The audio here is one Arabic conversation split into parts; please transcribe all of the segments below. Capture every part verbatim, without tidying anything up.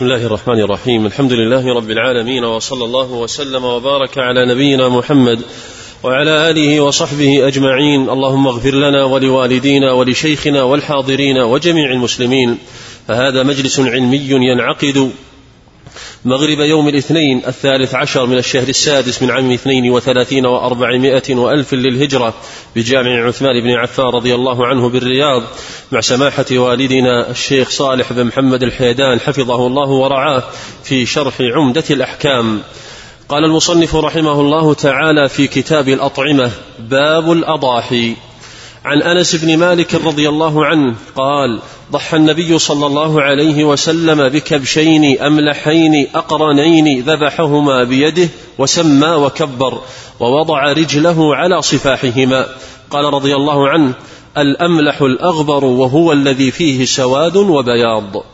بسم الله الرحمن الرحيم. الحمد لله رب العالمين، وصلى الله وسلم وبارك على نبينا محمد وعلى آله وصحبه أجمعين. اللهم اغفر لنا ولوالدينا ولشيخنا والحاضرين وجميع المسلمين. فهذا مجلس علمي ينعقد مغرب يوم الاثنين الثالث عشر من الشهر السادس من عام اثنين وثلاثين وأربعمائة وألف للهجرة بجامع عثمان بن عفان رضي الله عنه بالرياض، مع سماحة والدنا الشيخ صالح بن محمد الحيدان حفظه الله ورعاه في شرح عمدة الأحكام. قال المصنف رحمه الله تعالى في كتاب الأطعمة: باب الأضاحي. عن أنس بن مالك رضي الله عنه قال: ضحى النبي صلى الله عليه وسلم بكبشين أملحين أقرنين ذبحهما بيده وسمى وكبر ووضع رجله على صفاحهما. قال رضي الله عنه: الأملح الأغبر وهو الذي فيه سواد وبياض.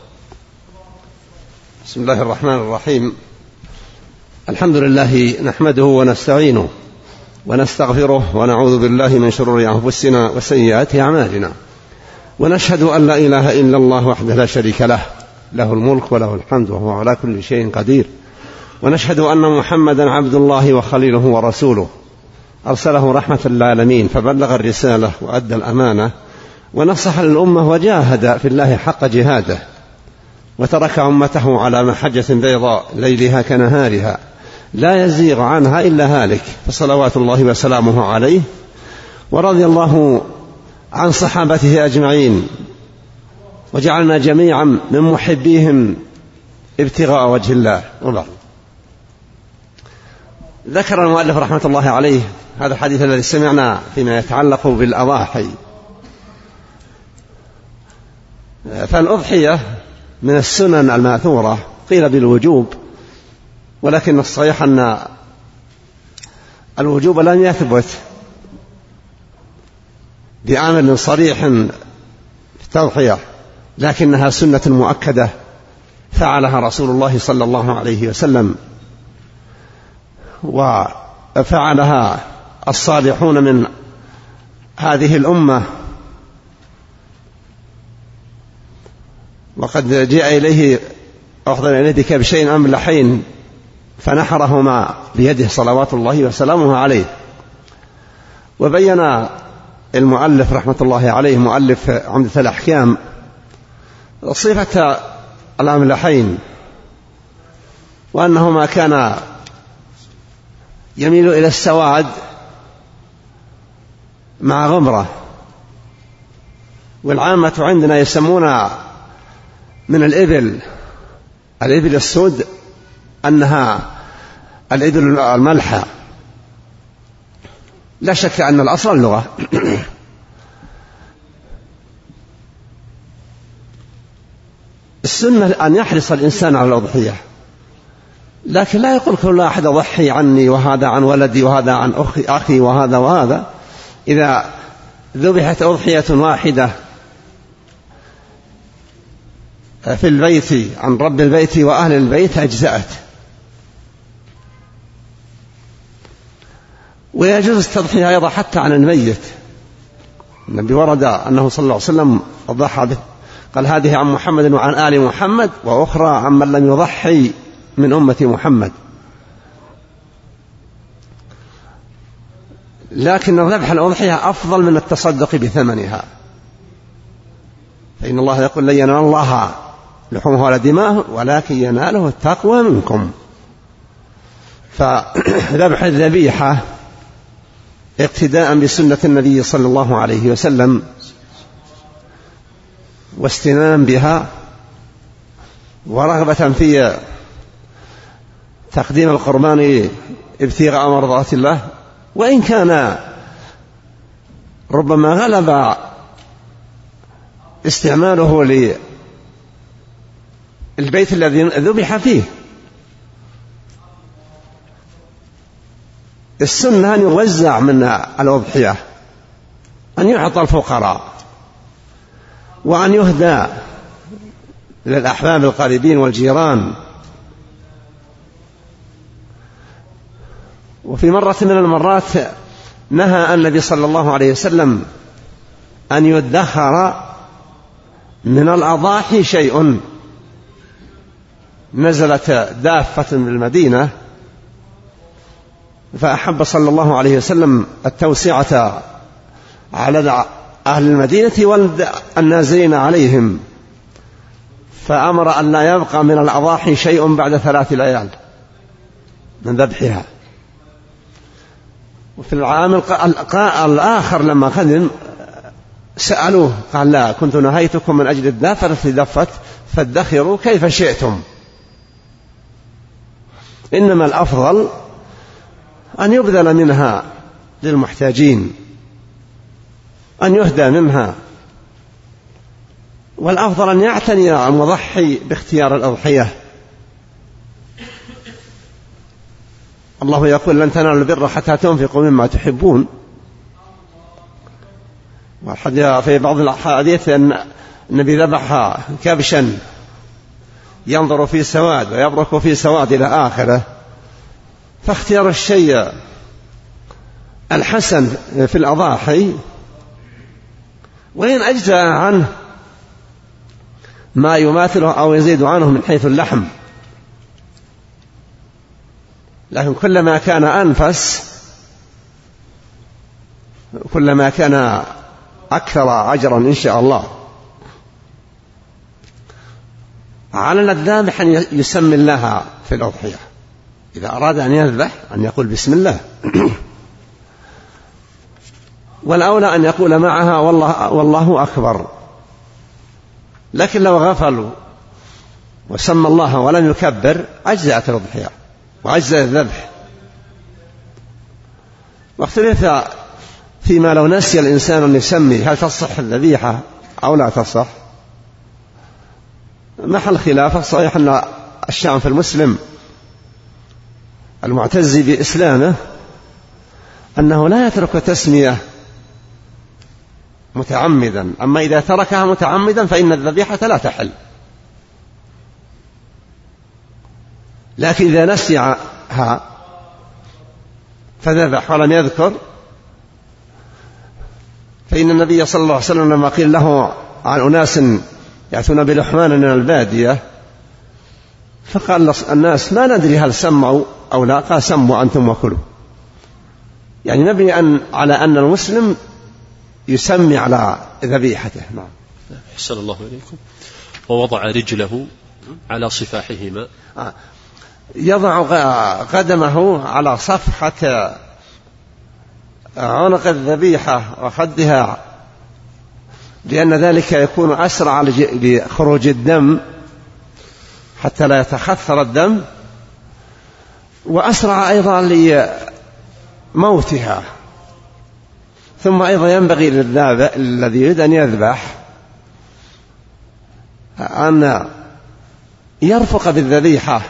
بسم الله الرحمن الرحيم. الحمد لله نحمده ونستعينه ونستغفره ونعوذ بالله من شرور أنفسنا وسيئات أعمالنا، ونشهد أن لا إله إلا الله وحده لا شريك له، له الملك وله الحمد وهو على كل شيء قدير. ونشهد أن محمدا عبد الله وخليله ورسوله، أرسله رحمة للعالمين، فبلغ الرسالة وأدى الأمانة ونصح للأمة وجاهد في الله حق جهاده، وترك أمته على محجة بيضاء ليلها كنهارها لا يزيغ عنها إلا هالك، فصلوات الله وسلامه عليه. ورضي الله عن صحابته أجمعين، وجعلنا جميعا من محبيهم ابتغاء وجه الله. وبعد، ذكر المؤلف رحمة الله عليه هذا الحديث الذي سمعنا فيما يتعلق بالأضاحي. فالأضحية من السنن الماثورة، قيل بالوجوب، ولكن الصحيح أن الوجوب لم يثبت بأمر صريح في التضحية، لكنها سنة مؤكدة فعلها رسول الله صلى الله عليه وسلم، وفعلها الصالحون من هذه الأمة. وقد جاء إليه أخذ إليه بكبشين أملحين فنحرهما بيده صلوات الله وسلامه عليه. وبين المؤلف رحمة الله عليه مؤلف عمدة الأحكام صفة الأملحين، وأنهما كان يميل إلى السواد مع غمرة. والعامة عندنا يسمون من الإبل الإبل السود أنها الإبل الملحة. لا شك أن الأصل اللغة. السنة أن يحرص الإنسان على الأضحية، لكن لا يقول كل أحد أضحي عني وهذا عن ولدي وهذا عن أخي, أخي وهذا وهذا. إذا ذبحت أضحية واحدة في البيت عن رب البيت وأهل البيت أجزأت. ويجوز التضحية أيضا حتى عن الميت. النبي ورد أنه صلى الله عليه وسلم ضحى به، قال: هذه عن محمد وعن آل محمد، وأخرى عن من لم يضحي من أمة محمد. لكن ذبح الأضحية أفضل من التصدق بثمنها، فإن الله يقول: لن ينال الله لحومها ولا دماءه ولكن يناله التقوى منكم. فذبح الذبيحة اقتداء بسنة النبي صلى الله عليه وسلم واستنان بها، ورغبة في تقديم القربان ابتغاء مرضات الله. وإن كان ربما غلب استعماله للبيت الذي ذبح فيه، السنة أن يوزع من الأضحية، أن يعطى الفقراء، وأن يهدى للأحباب القريبين والجيران. وفي مرة من المرات نهى النبي صلى الله عليه وسلم أن يدخر من الأضاحي شيء، نزلت دافة بالمدينة فأحب صلى الله عليه وسلم التوسعة على أهل المدينة والنازلين عليهم، فأمر أن لا يبقى من الأضاحي شيء بعد ثلاث ليال من ذبحها. وفي العام الآخر لما قدم سألوه قال لا، كنت نهيتكم من أجل الدافة التي دفت فادخروا كيف شئتم، إنما الأفضل أن يبذل منها للمحتاجين، أن يهدى منها، والأفضل أن يعتني المضحي باختيار الأضحية. الله يقول لن تنالوا البر حتى تنفقوا مما تحبون. في بعض الأحاديث أن النبي ذبح كبشا ينظر في سواد ويبرك في سواد إلى آخره، فاختيار الشيء الحسن في الأضاحي، وإن أجزأ عنه ما يماثله أو يزيد عنه من حيث اللحم، لكن كلما كان أنفس كلما كان أكثر أجرا إن شاء الله. على الذابح أن يسمي الله في الأضحية، إذا أراد أن يذبح أن يقول بسم الله، والأولى أن يقول معها والله, والله أكبر. لكن لو غفلوا وسمى الله ولم يكبر أجزأت الأضحية وأجزأ الذبح. واختلف فيما لو نسي الإنسان أن يسمي هل تصح الذبيحة أو لا تصح، محل خلاف. الصحيح أن الشأن في المسلم المعتز بإسلامه أنه لا يترك تسمية متعمدا، أما إذا تركها متعمدا فإن الذبيحة لا تحل. لكن إذا نسيها فذبح ولم يذكر، فإن النبي صلى الله عليه وسلم لما قيل له عن أناس يأتون بلحمان من البادية فقال الناس ما ندري هل سمعوا أو لا، قال سموا أنتم وكلوا. يعني نبني أن على أن المسلم يسمي على ذبيحته. نعم. أحسن الله إليكم. ووضع رجله على صفاحهما، يضع قدمه على صفحة عنق الذبيحة وخدها، لأن ذلك يكون أسرع لخروج الدم حتى لا يتخثر الدم، وأسرع أيضا لموتها. ثم أيضا ينبغي للذابح الذي يريد أن يذبح أن يرفق بالذبيحة،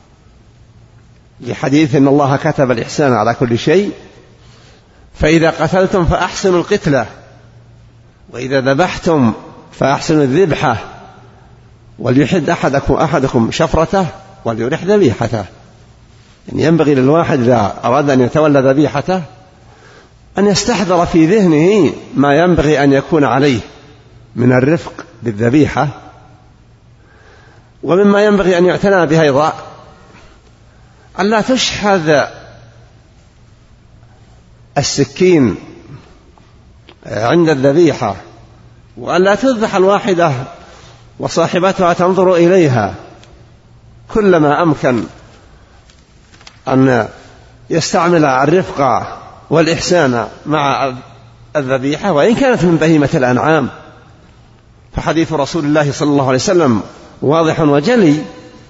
لحديث إن الله كتب الإحسان على كل شيء، فإذا قتلتم فأحسنوا القتلة، وإذا ذبحتم فأحسنوا الذبحة، وليحد أحدكم أحدكم شفرته وليرح ذبيحته. يعني ينبغي للواحد إذا أراد أن يتولى ذبيحته أن يستحضر في ذهنه ما ينبغي أن يكون عليه من الرفق بالذبيحة. ومما ينبغي أن يعتنى بها أيضا أن لا تشحذ السكين عند الذبيحة، وأن لا تذبح الواحدة وصاحبتها تنظر إليها. كلما أمكن أن يستعمل الرفق والإحسان مع الذبيحة وإن كانت من بهيمة الأنعام. فحديث رسول الله صلى الله عليه وسلم واضح وجلي: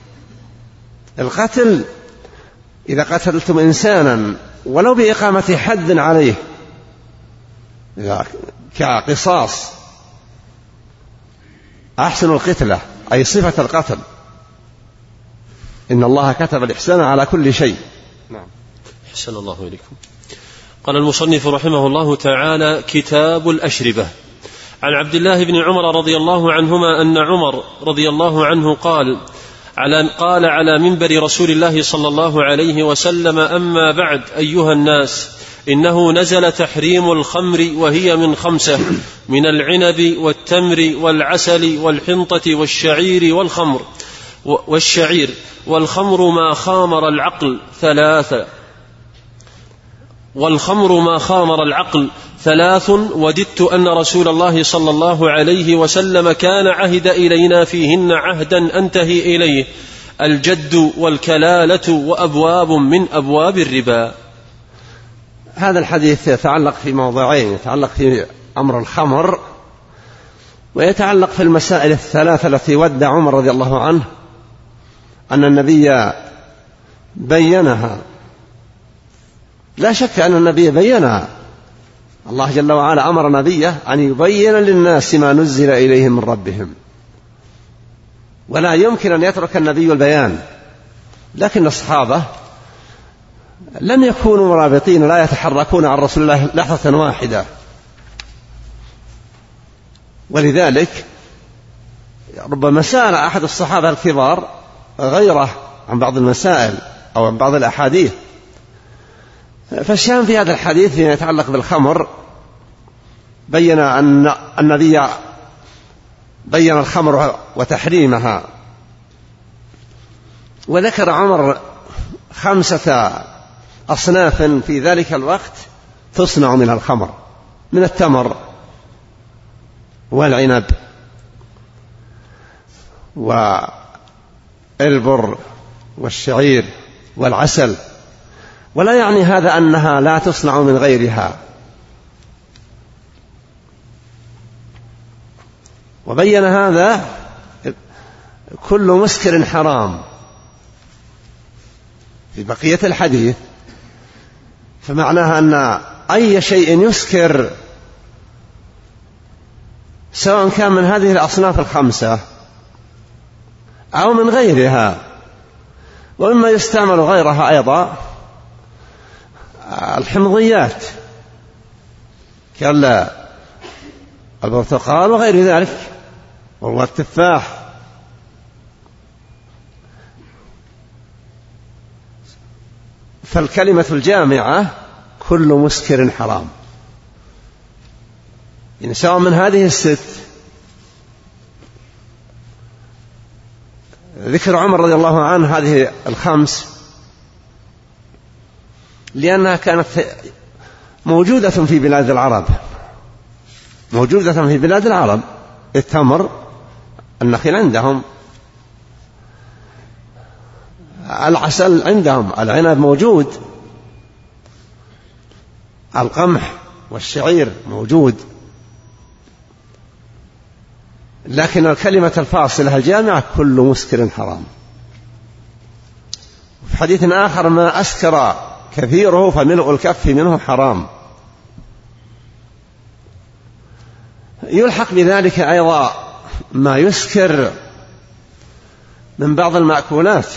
القتل إذا قتلتم إنسانا ولو بإقامة حد عليه كقصاص أحسن القتلة، أي صفة القتل. إن الله كتب الإحسان على كل شيء. نعم. أحسن الله إليكم. قال المصنف رحمه الله تعالى: كتاب الأشربة. عن عبد الله بن عمر رضي الله عنهما أن عمر رضي الله عنه قال على, قال على منبر رسول الله صلى الله عليه وسلم: أما بعد أيها الناس، إنه نزل تحريم الخمر وهي من خمسة: من العنب والتمر والعسل والحنطة والشعير والخمر. والشعير. والخمر ما خامر العقل ثلاثة والخمر ما خامر العقل ثلاث وددت أن رسول الله صلى الله عليه وسلم كان عهد إلينا فيهن عهدا أنتهي إليه: الجد والكلالة وأبواب من أبواب الربا. هذا الحديث يتعلق في موضوعين: يتعلق في أمر الخمر، ويتعلق في المسائل الثلاثة التي ود عمر رضي الله عنه أن النبي بينها. لا شك أن النبي بينها، الله جل وعلا أمر نبيه أن يبين للناس ما نزل إليهم من ربهم، ولا يمكن أن يترك النبي البيان. لكن الصحابة لم يكونوا مرابطين، لا يتحركون عن رسول الله لحظة واحدة، ولذلك ربما سأل أحد الصحابة الكبار غيره عن بعض المسائل أو عن بعض الأحاديث، فالشام في هذا الحديث فيما يتعلق بالخمر بين أن النبي بين الخمر وتحريمها، وذكر عمر خمسة أصناف في ذلك الوقت تصنع من الخمر: من التمر والعنب والبر والشعير والعسل. ولا يعني هذا أنها لا تصنع من غيرها. وبين هذا: كل مسكر حرام في بقية الحديث، فمعناها أن أي شيء يسكر سواء كان من هذه الأصناف الخمسة أو من غيرها، ومما يستعمل غيرها أيضا الحمضيات كالبرتقال وغير ذلك والتفاح. فالكلمة الجامعة: كل مسكر حرام، يعني سواء من هذه الست. ذكر عمر رضي الله عنه هذه الخمس لأنها كانت موجودة في بلاد العرب، موجودة في بلاد العرب. التمر، النخيل عندهم، العسل عندهم، العنب موجود، القمح والشعير موجود. لكن الكلمة الفاصلة الجامعة: كل مسكر حرام. في حديث آخر: ما أسكر كثيره فملء الكف منه حرام. يلحق بذلك أيضا ما يسكر من بعض المأكولات.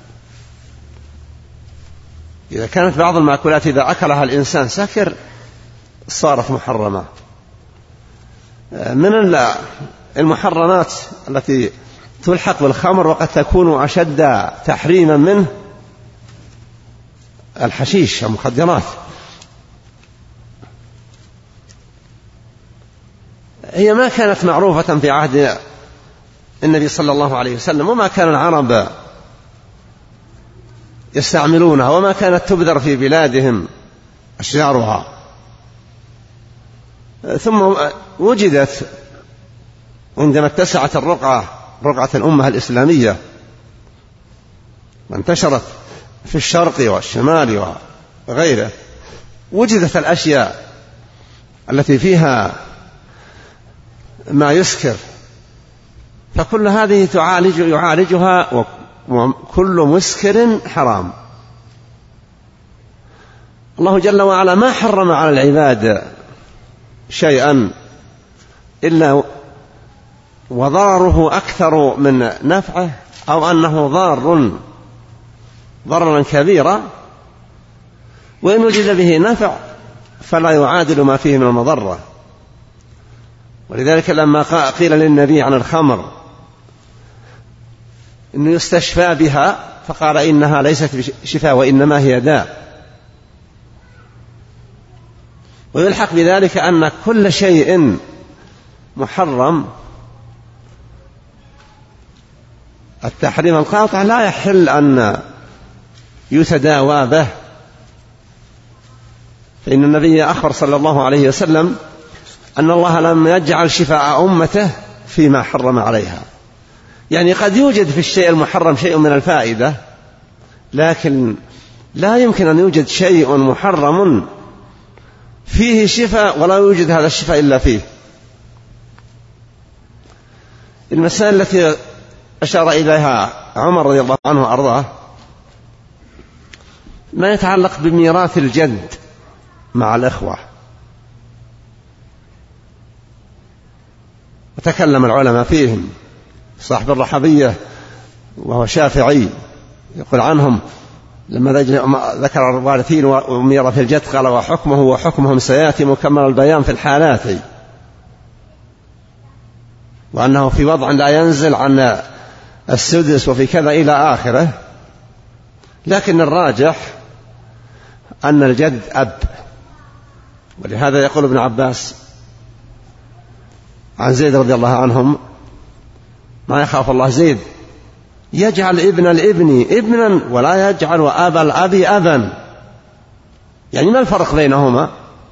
إذا كانت بعض المأكولات إذا أكلها الإنسان سكر صارت محرمة. من المحرمات التي تلحق بالخمر وقد تكون أشد تحريما منه الحشيش، المخدرات. هي ما كانت معروفة في عهد النبي صلى الله عليه وسلم، وما كان العرب يستعملونها، وما كانت تبذر في بلادهم أشجارها. ثم وجدت عندما اتسعت الرقعة، رقعة الأمة الإسلامية، وانتشرت في الشرق والشمال وغيره، وجدت الأشياء التي فيها ما يسكر، فكل هذه تعالج يعالجها، وكل مسكر حرام. الله جل وعلا ما حرم على العباد شيئا إلا وضرره أكثر من نفعه، أو أنه ضار ضررا كبيرا، وإن وجد به نفع فلا يعادل ما فيه من المضرة. ولذلك لما قيل للنبي عن الخمر إنه يستشفى بها فقال: إنها ليست بشفاء وإنما هي داء. ويلحق بذلك أن كل شيء محرم التحريم القاطع لا يحل أن يتداوى به، فإن النبي أخبر صلى الله عليه وسلم أن الله لم يجعل شفاء أمته فيما حرم عليها. يعني قد يوجد في الشيء المحرم شيء من الفائدة، لكن لا يمكن أن يوجد شيء محرم فيه شفاء ولا يوجد هذا الشفاء إلا فيه. المسائل التي أشار إليها عمر رضي الله عنه وأرضاه ما يتعلق بميراث الجد مع الإخوة، وتكلم العلماء فيهم. صاحب الرحبية وهو شافعي يقول عنهم لما ذكر الوارثين وميراث الجد قال وحكمه وحكمهم سيأتي مكمل البيان في الحالات، وأنه في وضع لا ينزل عن السدس وفي كذا إلى آخره. لكن الراجح أن الجد أب، ولهذا يقول ابن عباس عن زيد رضي الله عنهم ما يخاف الله زيد يجعل ابن الابن ابنا ولا يجعل أبا الأب أبا. يعني ما الفرق بينهما؟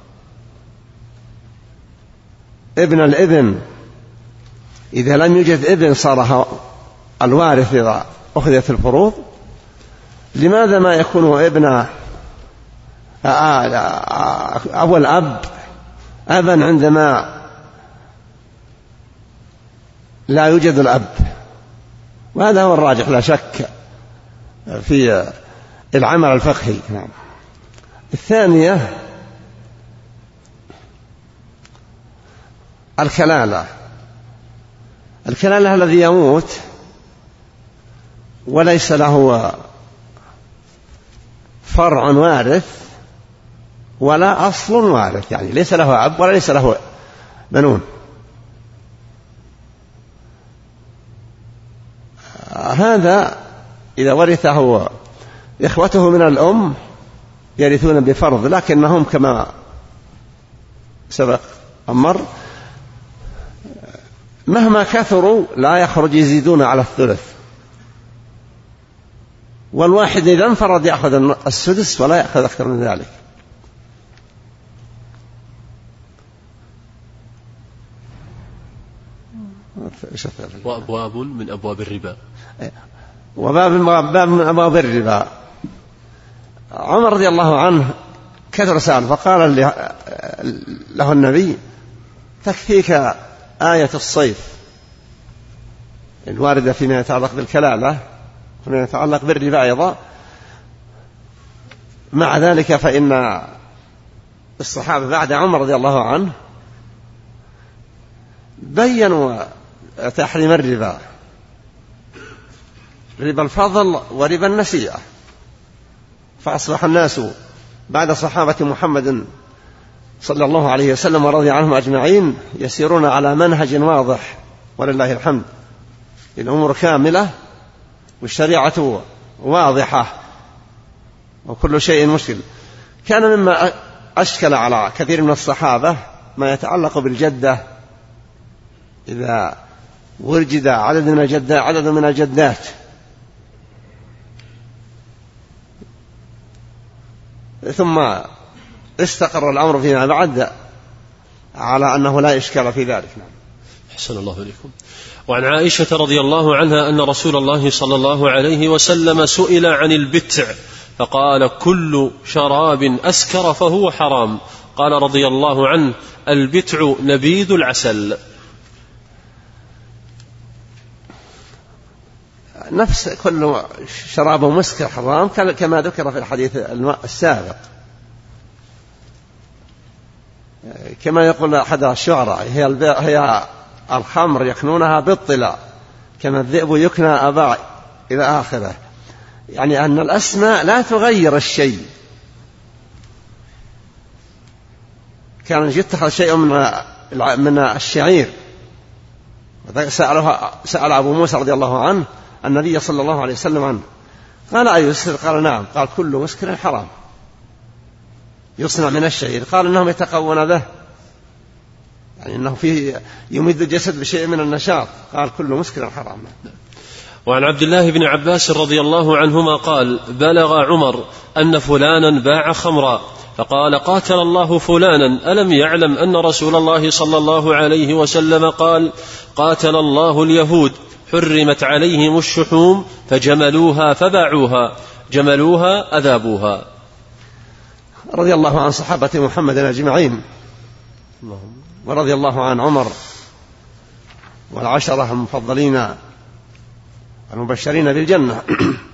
ابن الابن إذا لم يوجد ابن صار الوارث إذا أخذت الفروض. لماذا ما يكون ابن أو الأب أبا عندما لا يوجد الأب؟ وهذا هو الراجح لا شك في العمل الفقهي. نعم. الثانية الكلالة. الكلالة الذي يموت وليس له فرع وارث ولا أصل وارث، يعني ليس له أب ولا ليس له بنون. هذا إذا ورثه إخوته من الأم يرثون بفرض، لكنهم كما سبق أمر مهما كثروا لا يخرج يزيدون على الثلث، والواحد إذا انفرد يأخذ السدس ولا يأخذ أكثر من ذلك. وأبواب من أبواب الربا وباب من أبواب الربا. عمر رضي الله عنه كثر سأل فقال له النبي تكفيك آية الصيف الواردة فيما يتعلق بالكلالة وفيما يتعلق بالربا أيضا. مع ذلك فإن الصحابة بعد عمر رضي الله عنه بيّنوا تحريم الربا، ربا الفضل وربا النسيئة، فأصبح الناس بعد صحابة محمد صلى الله عليه وسلم ورضي عنهم أجمعين يسيرون على منهج واضح ولله الحمد، الأمور كاملة والشريعة واضحة وكل شيء مشكل. كان مما أشكل على كثير من الصحابة ما يتعلق بالجدة، إذا وجد عدد من الجدات عدد من الجدات ثم استقر الأمر فيما بعد على أنه لا إشكال في ذلك. أحسن الله إليكم. وعن عائشة رضي الله عنها أن رسول الله صلى الله عليه وسلم سئل عن البتع فقال كل شراب أسكر فهو حرام. قال رضي الله عنه البتع نبيذ العسل. نفس كل شراب مسكر حرام كما ذكر في الحديث السابق، كما يقول أحد الشعراء هي, هي الخمر يكنونها بالطلاء كما الذئب يكنى أباء إلى آخره. يعني أن الأسماء لا تغير الشيء. كان يتخذ شيء من من الشعير، سأله سأل أبو موسى رضي الله عنه النبي صلى الله عليه وسلم عنه قال أي يسكر؟ قال نعم. قال كل مسكر حرام يصنع من الشعير. قال إنهم يتقون به، يعني إنه فيه يمد الجسد بشيء من النشاط. قال كل مسكر حرام. وعن عبد الله بن عباس رضي الله عنهما قال: بلغ عمر أن فلانا باع خمرا فقال: قاتل الله فلانا، ألم يعلم أن رسول الله صلى الله عليه وسلم قال: قاتل الله اليهود حرمت عليهم الشحوم فجملوها فباعوها، جملوها أذابوها. رضي الله عن صحابة محمد أجمعين، ورضي الله عن عمر والعشرة المفضلين المبشرين بالجنة.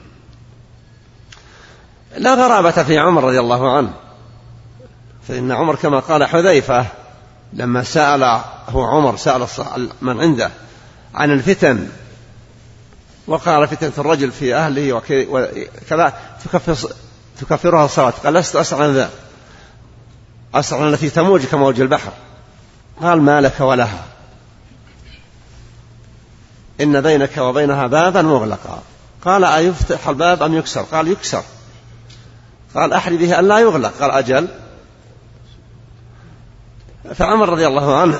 لا غرابة في عمر رضي الله عنه، فإن عمر كما قال حذيفة لما سأل هو عمر سأل من عنده عن الفتن، وقال: فتنة الرجل في أهله وكذا تكفرها الصلاة. قال: لست أسأل عن ذا، أسأل عن التي تموج كموج البحر. قال: ما لك ولها، إن بينك وبينها بابا مغلقا. قال: أيفتح الباب أم يكسر؟ قال: يكسر. قال: أحري به أن لا يغلق. قال: أجل. فعمر رضي الله عنه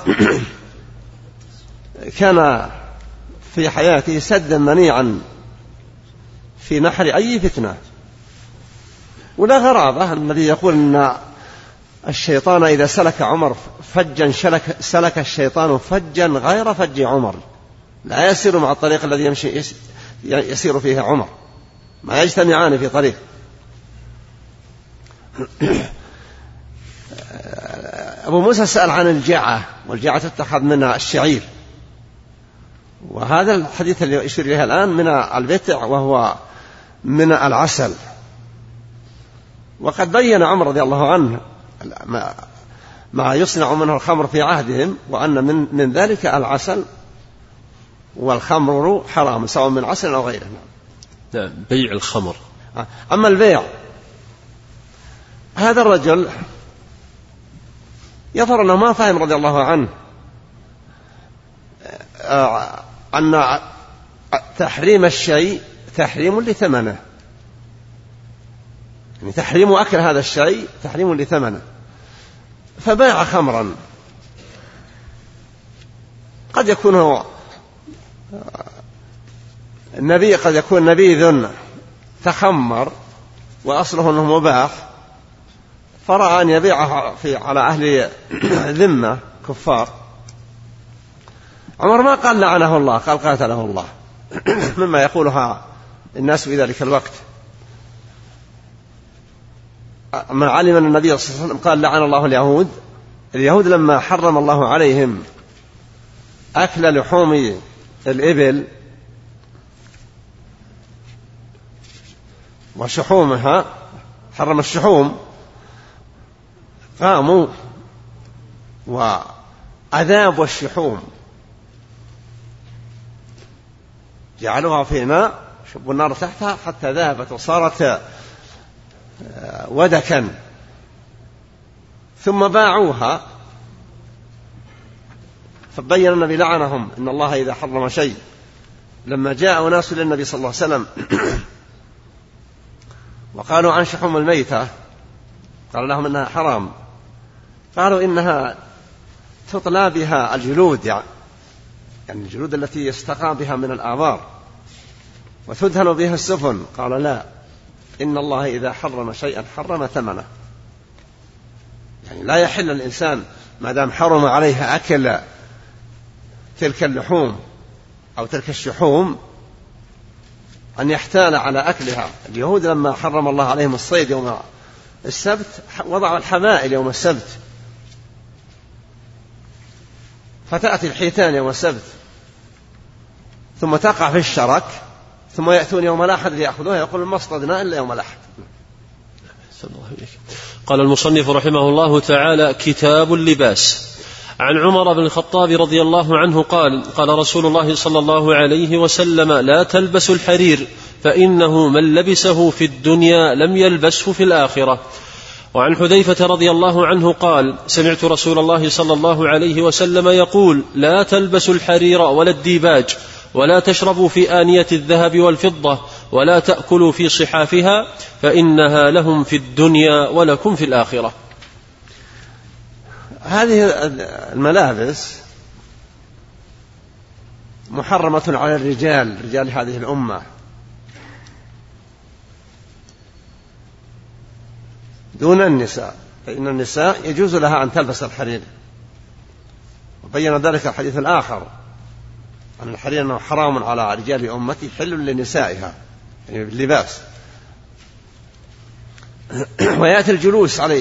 كان في حياته سدا منيعا في نحر أي فتنة. ولا غرابة الذي يقول أن الشيطان إذا سلك عمر فجا سلك, سلك الشيطان فجا غير فج عمر، لا يسير مع الطريق الذي يمشي يسير فيه عمر، ما يجتمعان في طريق. أبو موسى سأل عن الجعة، والجعة تتخذ من الشعير، وهذا الحديث اللي يشير إليه الآن من البتع وهو من العسل. وقد بين عمر رضي الله عنه ما يصنع منه الخمر في عهدهم، وأن من, من ذلك العسل، والخمر حرام سواء من عسل أو غيره. نعم، بيع الخمر. أما البيع، هذا الرجل يظهر أنه ما فهم رضي الله عنه أن تحريم الشيء تحريم لثمنه، يعني تحريم أكل هذا الشيء تحريم لثمنه، فباع خمرا. قد يكون هو النبي، قد يكون نبيذ تخمر وأصله أنه مباح، فرأى أن يبيعه في على أهل ذمة كفار. عمر ما قال لعنه الله، قال قاتله الله، مما يقولها الناس في ذلك الوقت. من علم أن النبي صلى الله عليه وسلم قال لعن الله اليهود، اليهود لما حرم الله عليهم أكل لحوم الإبل وشحومها، حرم الشحوم، قاموا وأذابوا الشحوم، جعلوها في ماء، شبوا النار تحتها حتى ذابت وصارت ودكا، ثم باعوها. فبين النبي لعنهم إن الله إذا حرم شيء. لما جاء ناس للنبي صلى الله عليه وسلم وقالوا عن شحوم الميتة، قال لهم إنها حرام، قالوا إنها تطلى بها الجلود، يعني الجلود التي يستقى بها من الآبار، وتدهن بها السفن. قال لا، إن الله إذا حرم شيئا حرم ثمنه، يعني لا يحل الإنسان ما دام حرم عليه أكل تلك اللحوم أو تلك الشحوم أن يحتال على أكلها. اليهود لما حرم الله عليهم الصيد يوم السبت وضعوا الحمائل يوم السبت، فتأتي الحيتان يوم السبت ثم تقع في الشرك، ثم يأتون يوم الأحد ليأخذوها، يقول ما اصطدنا إلا يوم الأحد. قال المصنف رحمه الله تعالى: كتاب اللباس. عن عمر بن الخطاب رضي الله عنه قال: قال رسول الله صلى الله عليه وسلم: لا تلبسوا الحرير فإنه من لبسه في الدنيا لم يلبسه في الآخرة. وعن حذيفة رضي الله عنه قال: سمعت رسول الله صلى الله عليه وسلم يقول: لا تلبسوا الحرير ولا الديباج، ولا تشربوا في آنية الذهب والفضة، ولا تأكلوا في صحافها، فإنها لهم في الدنيا ولكم في الآخرة. هذه الملابس محرمة على الرجال رجال هذه الأمة دون النساء، فإن النساء يجوز لها أن تلبس الحرير، وبين ذلك الحديث الآخر أن الحرير أنه حرام على رجال أمتي حل لنسائها، يعني باللباس. ويأتي الجلوس عليه،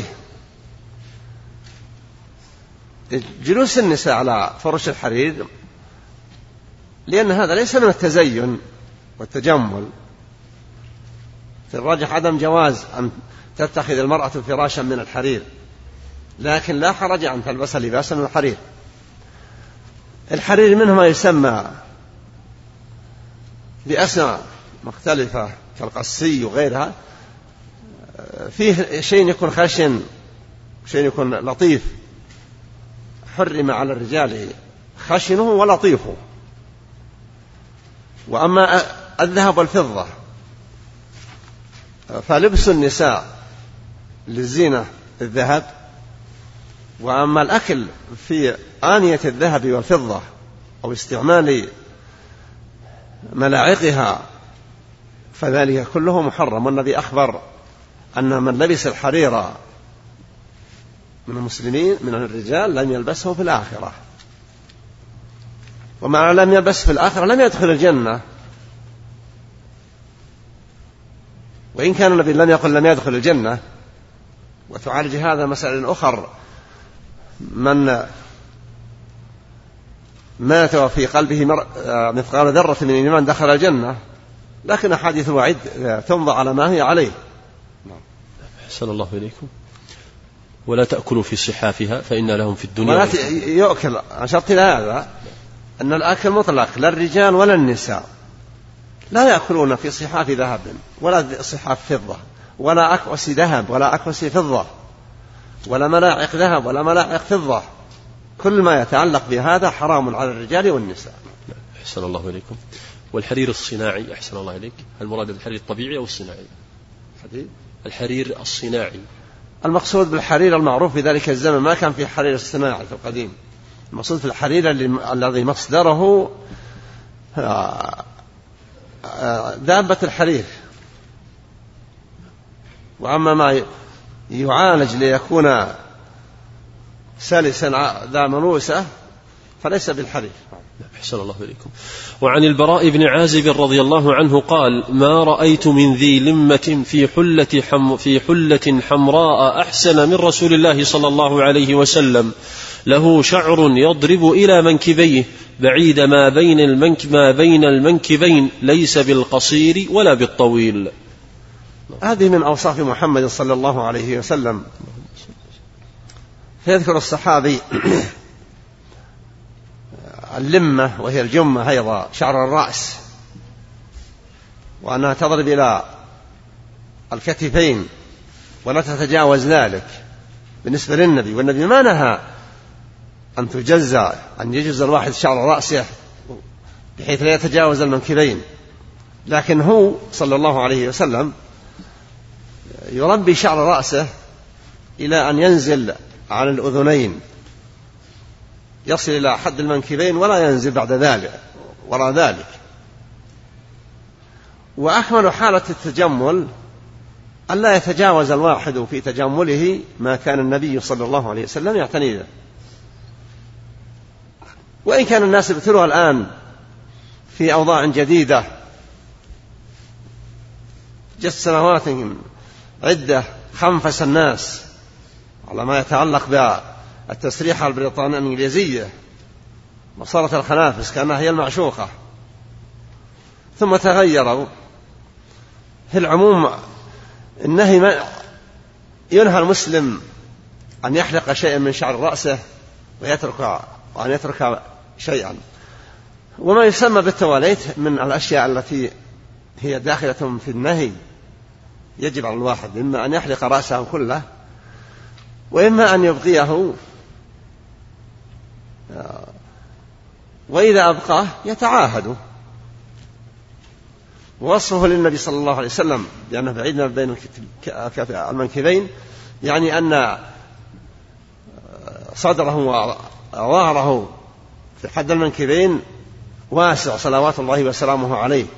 جلوس النساء على فرش الحرير، لأن هذا ليس من التزين والتجمل، في الراجح عدم جواز أن تتخذ المرأة فراشا من الحرير، لكن لا حرج أن تلبس لباسا من الحرير. الحرير منه ما يسمى بأسماء مختلفة كالقصي وغيرها، فيه شيء يكون خشن شيء يكون لطيف، حرم على الرجال خشنه ولطيفه. وأما الذهب والفضة فلبس النساء للزينة الذهب، وأما الأكل في آنية الذهب والفضة أو استعمال ملاعقها فذلك كله محرم. والنبي أخبر أن من لبس الحرير من المسلمين من الرجال لم يلبسه في الآخرة، ومع لم يلبس في الآخرة لم يدخل الجنة. وإن كان النبي لم يقل لم يدخل الجنة، وتعالج هذا مسألة أخرى، من مات وفي قلبه مثقال ذرة من الإيمان دخل الجنة، لكن أحاديث الوعيد تمضى على ما هي عليه. أحسن الله إليكم. ولا تأكلوا في صحافها فإن لهم في الدنيا ولا يؤكل. أشرت إلى هذا أن الأكل مطلق، لا الرجال ولا النساء لا يأكلون في صحاف ذهب ولا صحاف فضة ولا أكوس ذهب ولا أكوس فضة ولا ملاعق ذهب ولا ملاعق فضة، كل ما يتعلق بهذا حرام على الرجال والنساء. أحسن الله إليكم. والحرير الصناعي، أحسن الله إليك، المراد الحرير الطبيعي أو الصناعي؟ الحرير الصناعي. المقصود بالحرير المعروف في ذلك الزمن ما كان في حرير الصناعي في القديم، المقصود في الحرير الذي مصدره دابة الحرير. وأما ما يعالج ليكون سلسا ذا منوسة فليس بالحرير. أحسن الله إليكم. وعن البراء بن عازب رضي الله عنه قال: ما رأيت من ذي لمة في حلة, حم في حلة حمراء أحسن من رسول الله صلى الله عليه وسلم، له شعر يضرب إلى منكبيه بعيد ما بين, المنك ما بين المنكبين، ليس بالقصير ولا بالطويل. هذه من أوصاف محمد صلى الله عليه وسلم. فيذكر الصحابي اللمة وهي الجمة أيضا شعر الرأس، وأنها تضرب إلى الكتفين ولا تتجاوز ذلك بالنسبة للنبي. والنبي ما نهى أن تجزى أن يجز الواحد شعر رأسه بحيث لا يتجاوز المنكبين، لكن هو صلى الله عليه وسلم يربي شعر رأسه إلى أن ينزل على الأذنين، يصل إلى حد المنكبين ولا ينزل بعد ذلك وراء ذلك. وأكمل حالة التجمل أن لا يتجاوز الواحد في تجمله ما كان النبي صلى الله عليه وسلم يعتني به. وإن كان الناس ابتلوا الآن في أوضاع جديدة، جت سنوات عدة خنفس الناس على ما يتعلق بالتسريحة البريطانية الإنجليزية، وصارت الخنافس كأنها هي المعشوقة، ثم تغيروا. في العموم النهي ما ينهى المسلم أن يحلق شيئا من شعر رأسه ويترك وأن يترك شيئا. وما يسمى بالتواليت من الأشياء التي هي داخلة في النهي يجب على الواحد إما أن يحلق رأسه كله وإما أن يبقيه، وإذا أبقاه يتعاهد. ووصفه للنبي صلى الله عليه وسلم لأنه بعيد بين المنكبين، يعني أن صدره وظهره في حد المنكبين واسع صلوات الله وسلامه عليه،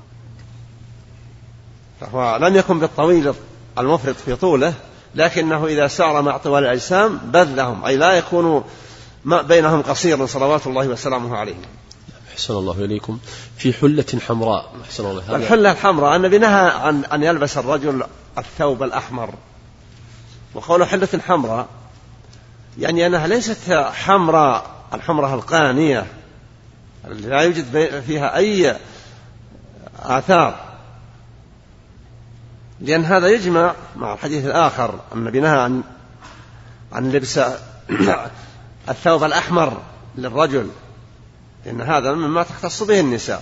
فهو لم يكن بالطويل المفرط في طوله، لكنه إذا سار مع طوال الأجسام بذلهم، أي لا يكون بينهم قصير صلوات الله وسلامه عليه. أحسن الله إليكم. في حلة حمراء، أحسن الله. الحلة الحمراء النبي نهى عن أن يلبس الرجل الثوب الأحمر، وقوله حلة حمراء يعني أنها ليست حمراء الحمرة القانية لا يوجد فيها أي آثار، لأن هذا يجمع مع الحديث الآخر النبي نهى عن عن لبس الثوب الأحمر للرجل، لأن هذا مما تختص به النساء.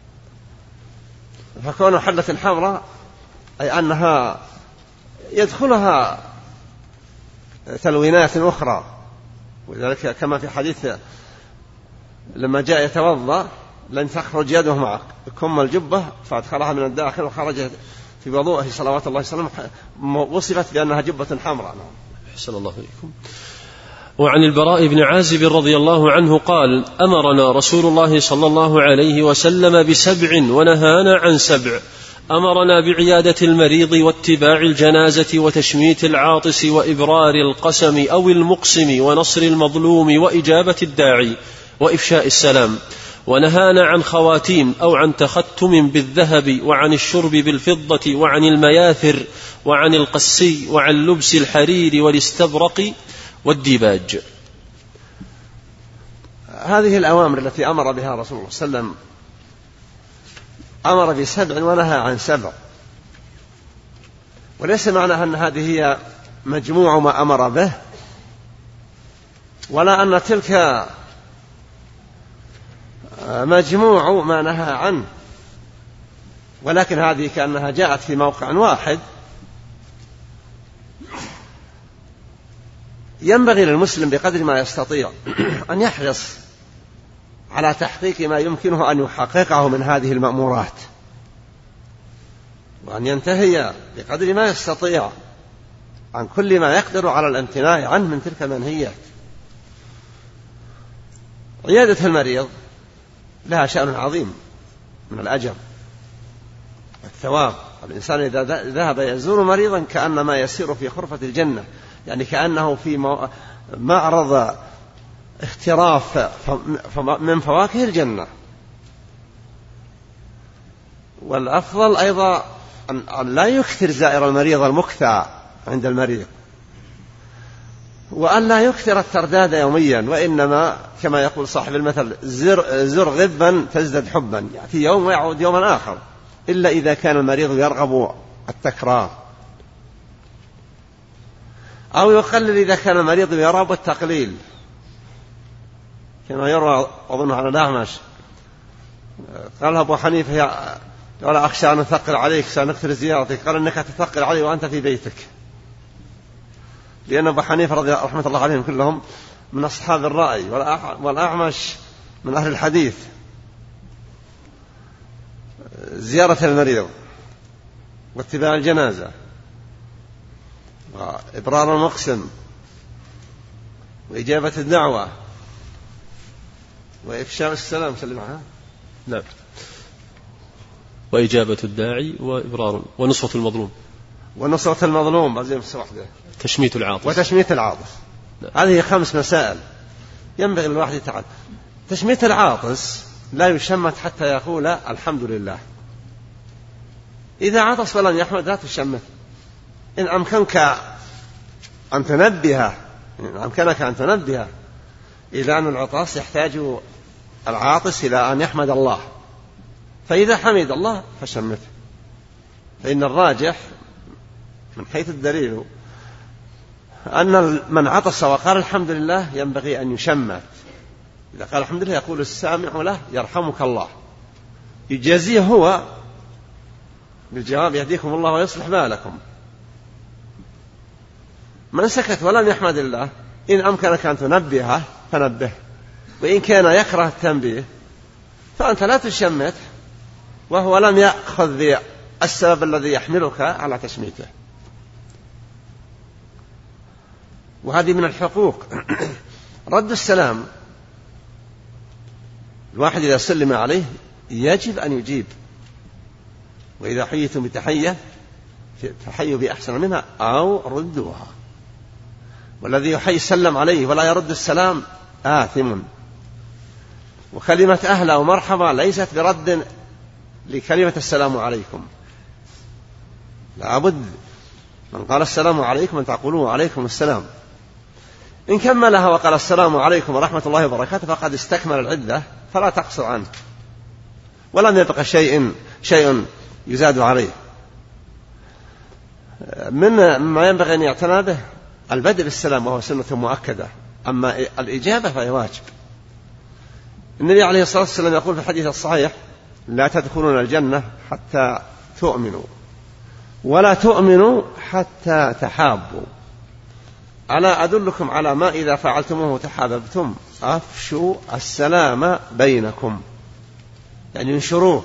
فكون حلة حمراء أي أنها يدخلها تلوينات أخرى، وذلك كما في حديث لما جاء يتوضأ لن تخرج يده مع كم الجبة فأدخلها من الداخل وخرجت في وضوءه صلوات الله وسلامه، وصفت بأنها جبة حمراء. أحسن الله إليكم. وعن البراء بن عازب رضي الله عنه قال: أمرنا رسول الله صلى الله عليه وسلم بسبع ونهانا عن سبع. أمرنا بعيادة المريض واتباع الجنازة وتشميت العاطس وإبرار القسم أو المقسم ونصر المظلوم وإجابة الداعي وإفشاء السلام. ونهانا عن خواتيم أو عن تختم بالذهب وعن الشرب بالفضة وعن المياثر وعن القسي وعن لبس الحرير والاستبرق والديباج. هذه الأوامر التي أمر بها رسول الله صلى الله عليه وسلم، أمر بسبع ونهى عن سبع، وليس معنى أن هذه هي مجموع ما أمر به، ولا أن تلك مجموع ما نهى عنه، ولكن هذه كأنها جاءت في موقع واحد. ينبغي للمسلم بقدر ما يستطيع أن يحرص على تحقيق ما يمكنه أن يحققه من هذه المأمورات، وأن ينتهي بقدر ما يستطيع عن كل ما يقدر على الامتناع عنه من تلك المنهيات. عيادة المريض لها شأن عظيم من الأجر والثواب. الإنسان إذا ذهب يزور مريضا كأنما يسير في خرفة الجنة، يعني كأنه في معرض اختراف من فواكه الجنة. والأفضل أيضا أن لا يكثر زائر المريض المكثى عند المريض، وأن لا يكثر الترداد يوميا، وإنما كما يقول صاحب المثل: زر, زر غبا تزدد حبا، يأتي يوم ويعود يوما آخر، إلا إذا كان المريض يرغب التكرار، أو يقلل إذا كان المريض يرغب التقليل، كما يروى أظن على الأعمش قال أبو حنيفة: يا ولا أخشى أن أثقل عليك سنكثر زيارتك، قال: إنك تثقل علي وأنت في بيتك. لأن أبو حنيفة رضي رحمة الله عليهم كلهم من أصحاب الرأي، والأعمش من أهل الحديث. زيارة المريض واتباع الجنازة وإبرار المقسم وإجابة الدعوة وإفشاء السلام سلم عنها. نعم. وإجابة الداعي وإبرار ونصرة المظلوم ونصرة المظلوم تشميت العاطس وتشميت العاطس. نعم. هذه خمس مسائل ينبغي للواحد يتعلم. تشميت العاطس لا يشمت حتى يقول الحمد لله. إذا عطس ولم يحمد لا تشمت. إن أمكنك أن تنبه إن أمكنك أن تنبه إلى أن العطاس يحتاج العاطس إلى أن يحمد الله، فإذا حمد الله فشمته. فإن الراجح من حيث الدليل أن من عطس وقال الحمد لله ينبغي أن يشمت. إذا قال الحمد لله يقول السامع له يرحمك الله، يجازيه هو بالجواب يهديكم الله ويصلح بالكم. من سكت ولم يحمد الله إن أمكنك أن تنبهه فنبه، وإن كان يكره التنبيه فأنت لا تشمت وهو لم يأخذ السبب الذي يحملك على تشميته. وهذه من الحقوق. رد السلام الواحد إذا سلم عليه يجب أن يجيب، وإذا حييتم بتحية فحيوا بأحسن منها أو ردوها. والذي يحيي سلم عليه ولا يرد السلام آثم. وكلمة أهلا ومرحبا ليست برد لكلمة السلام عليكم، لابد من قال السلام عليكم أن تقولوا عليكم السلام. إن كملها وقال السلام عليكم ورحمة الله وبركاته فقد استكمل العدة، فلا تقصر عنه، ولم يبقى شيء شيء يزاد عليه. من ما ينبغي أن يعتنى به البدء بالسلام، وهو سنة مؤكدة، أما الإجابة فهي واجب. النبي عليه الصلاة والسلام يقول في الحديث الصحيح: لا تدخلون الجنة حتى تؤمنوا، ولا تؤمنوا حتى تحابوا. ألا أدلكم على ما إذا فعلتموه تحاببتم؟ أفشوا السلام بينكم، يعني انشروه،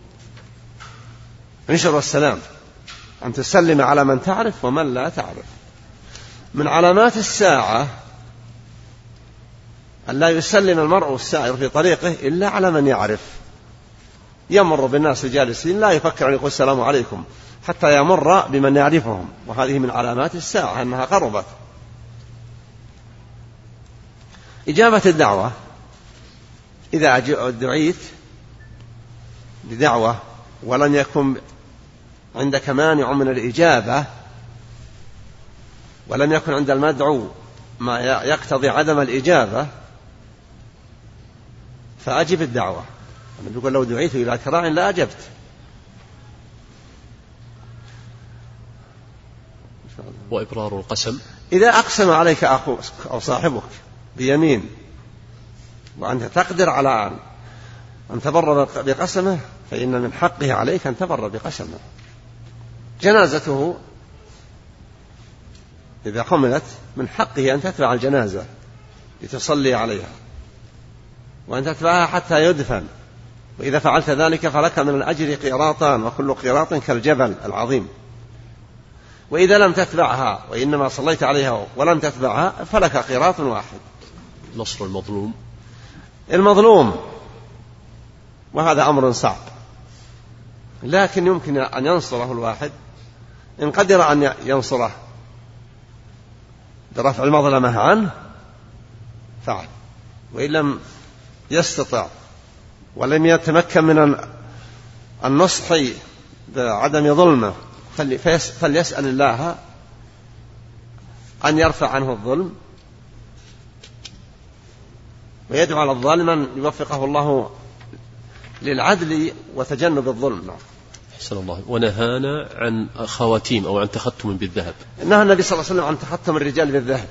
انشروا السلام، أن تسلم على من تعرف ومن لا تعرف. من علامات الساعة أن لا يسلم المرء السائر في طريقه إلا على من يعرف. يمر بالناس الجالسين لا يفكر أن يقول السلام عليكم حتى يمر بمن يعرفهم، وهذه من علامات الساعة أنها قربت. إجابة الدعوة: إذا دعيت بدعوة ولم يكن عندك مانع من الإجابة، ولم يكن عند المدعو ما يقتضي عدم الإجابة، فأجب الدعوة. النبي يقول: لو دعيت إلى كراع لا أجبت. وإبرار القسم: إذا أقسم عليك أخوك أو صاحبك بيمين وأنت تقدر على أن تبر بقسمه، فإن من حقه عليك أن تبر بقسمه. جنازته إذا حملت من حقه أن تتبع الجنازة لتصلي عليها، وأن تتبعها حتى يدفن، وإذا فعلت ذلك فلك من الأجر قيراطان، وكل قيراط كالجبل العظيم. وإذا لم تتبعها وإنما صليت عليها ولم تتبعها فلك قيراط واحد. نصر المظلوم: المظلوم، وهذا أمر صعب، لكن يمكن أن ينصره الواحد إن قدر أن ينصره برفع المظلمة عنه فعل، وإن لم يستطع ولم يتمكن من النصح بعدم ظلمه فليسأل الله أن يرفع عنه الظلم، ويدعو على الظالم أن يوفقه الله للعدل وتجنب الظلم. أحسن الله. ونهانا عن خواتيم أو عن تختم بالذهب. نهى النبي صلى الله عليه وسلم عن تختم الرجال بالذهب،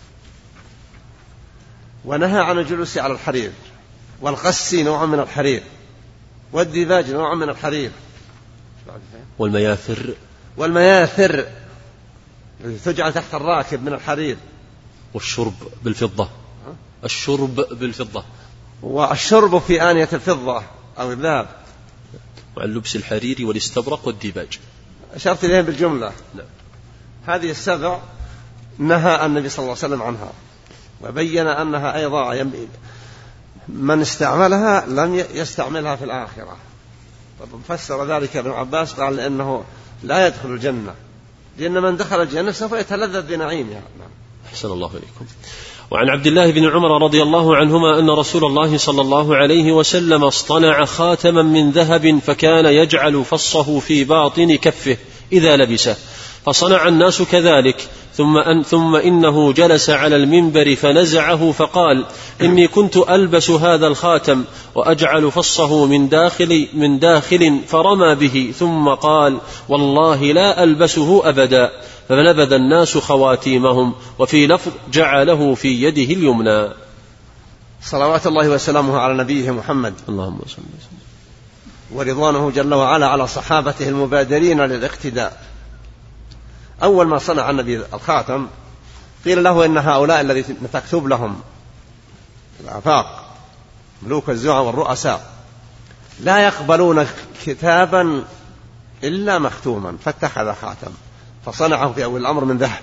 ونهى عن الجلوس على الحرير، والقس نوع من الحرير، والديباج نوع من الحرير، والمياثر والمياثر تجعل تحت الراكب من الحرير، والشرب بالفضة، الشرب بالفضة، والشرب في آنية الفضة أو الذهب، وعن لبس الحرير والاستبرق والديباج. أشرت إليهم بالجملة. نعم. هذه السبع نهى النبي صلى الله عليه وسلم عنها، وبين أنها أيضا من استعملها لم يستعملها في الآخرة. فسر ذلك ابن عباس قال لأنه لا يدخل الجنة، لأن من دخل الجنة سوف يتلذذ بنعيمها. أحسن الله إليكم. وعن عبد الله بن عمر رضي الله عنهما أن رسول الله صلى الله عليه وسلم اصطنع خاتما من ذهب، فكان يجعل فصه في باطن كفه إذا لبسه، فصنع الناس كذلك، ثم, أن ثم إنه جلس على المنبر فنزعه فقال: إني كنت ألبس هذا الخاتم وأجعل فصه من داخل, من داخل فرمى به، ثم قال: والله لا ألبسه أبدا، فنبذ الناس خواتيمهم. وفي لفظ: جعله في يده اليمنى. صلوات الله وسلامه على نبيه محمد اللهم صل وسلم، ورضوانه جل وعلا على صحابته المبادرين للاقتداء. أول ما صنع النبي الخاتم قيل له إن هؤلاء الذين تكتب لهم الآفاق ملوك الزعم والرؤساء لا يقبلون كتابا إلا مختوما، فاتخذ خاتم فصنعه في أول الأمر من ذهب.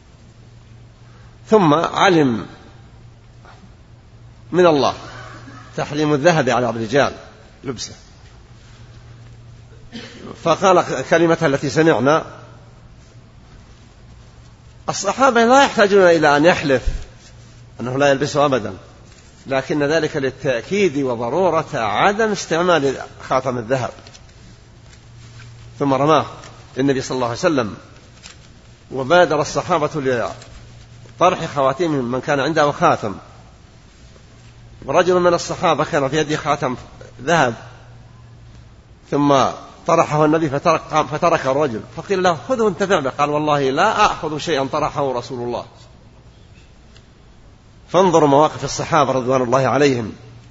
ثم علم من الله تحريم الذهب على الرجال لبسه، فقال كلمة التي سمعنا. الصحابة لا يحتاجون إلى أن يحلف أنه لا يلبسه أبدا، لكن ذلك للتأكيد وضرورة عدم استعمال خاتم الذهب. ثم رماه النبي صلى الله عليه وسلم، وبادر الصحابة لطرح خواتيمهم من كان عنده خاتم. ورجل من الصحابة كان في يده خاتم ذهب، ثم طرحه النبي فترك, فترك الرجل، فقيل له خذه انتفع به، قال والله لا أخذ شيئا طرحه رسول الله. فانظروا مواقف الصحابة رضوان الله عليهم،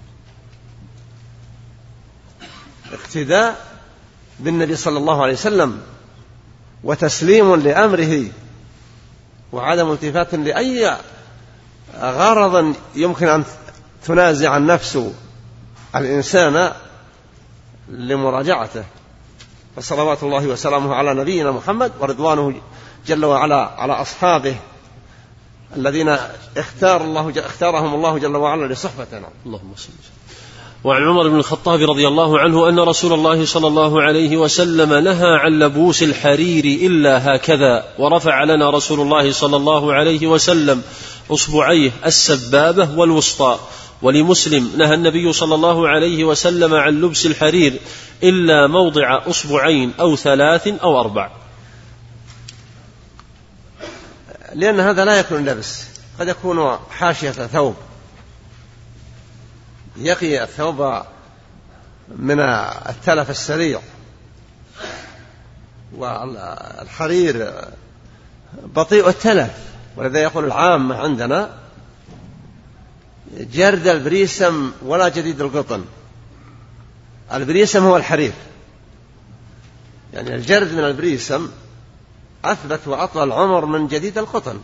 اقتداء بالنبي صلى الله عليه وسلم وتسليم لأمره وعدم التفات لأي غرض يمكن أن تنازع النفس الإنسان لمراجعته. فصلوات الله وسلامه على نبينا محمد ورضوانه جل وعلا على أصحابه الذين اختار الله اختارهم الله جل وعلا لصحبتنا. اللهم صل. وعن عمر بن الخطاب رضي الله عنه أن رسول الله صلى الله عليه وسلم نهى عن لبوس الحرير إلا هكذا، ورفع لنا رسول الله صلى الله عليه وسلم أصبعيه السبابة والوسطى. ولمسلم نهى النبي صلى الله عليه وسلم عن لبس الحرير إلا موضع أصبعين أو ثلاث أو أربع، لأن هذا لا يكون لبس، قد يكون حاشية ثوب يقي الثوب من التلف السريع، والحرير بطيء التلف. ولذا يقول العامة عندنا جرد البريسم ولا جديد القطن. البريسم هو الحرير، يعني الجرد من البريسم أثبت وأطول العمر من جديد القطن.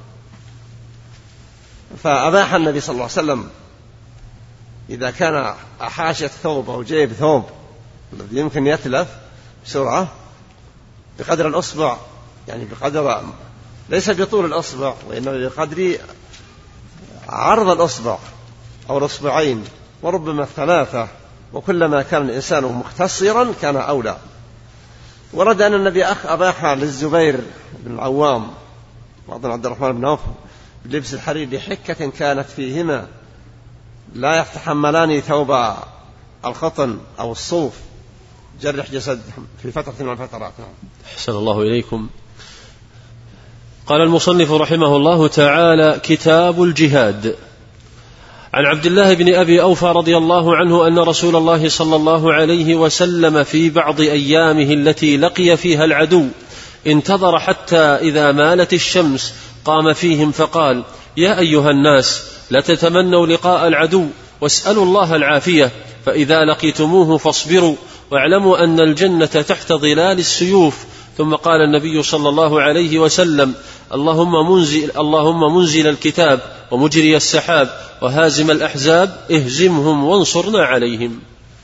فأباح النبي صلى الله عليه وسلم إذا كان حاشية ثوب أو جيب ثوب الذي يمكن يتلف بسرعة بقدر الأصبع، يعني بقدر ليس بطول الأصبع وإنما بقدر عرض الأصبع أو الأصبعين وربما الثلاثة، وكلما كان الإنسان مختصرا كان أولى. ورد أن النبي أباح للزبير بن العوام وأظن عبد الرحمن بن عوف بلبس الحرير لحكة كانت فيهما لا يتحملان ثوب الخطن أو الصوف جرح جسدهم في فترة من الفترات. أحسن الله إليكم. قال المصنف رحمه الله تعالى: كتاب الجهاد. عن عبد الله بن أبي أوفى رضي الله عنه أن رسول الله صلى الله عليه وسلم في بعض أيامه التي لقي فيها العدو انتظر حتى إذا مالت الشمس قام فيهم فقال: يا أيها الناس لا تتمنوا لقاء العدو واسألوا الله العافية، فإذا لقيتموه فاصبروا واعلموا أن الجنة تحت ظلال السيوف. ثم قال النبي صلى الله عليه وسلم: اللهم منزل, اللهم منزل الكتاب ومجري السحاب وهازم الأحزاب اهزمهم وانصرنا عليهم.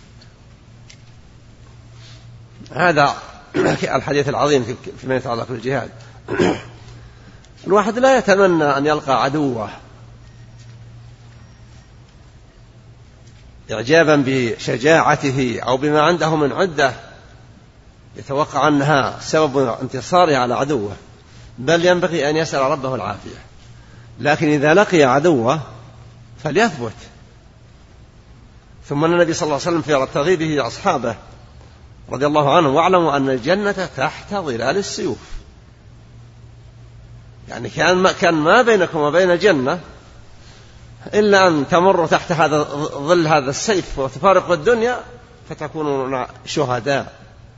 هذا الحديث العظيم فيما يتعلق بالجهاد. الواحد لا يتمنى أن يلقى عدوه إعجابا بشجاعته أو بما عنده من عدة يتوقع أنها سبب انتصاره على عدوه، بل ينبغي أن يسأل ربه العافية. لكن إذا لقي عدوه فليثبت. ثم النبي صلى الله عليه وسلم في ترغيبه أصحابه رضي الله عنهم: واعلموا أن الجنة تحت ظلال السيوف. يعني كان ما, كان ما بينكم وبين الجنة إلا أن تمروا تحت هذا ظل هذا السيف وتفارقوا الدنيا فتكونون شهداء.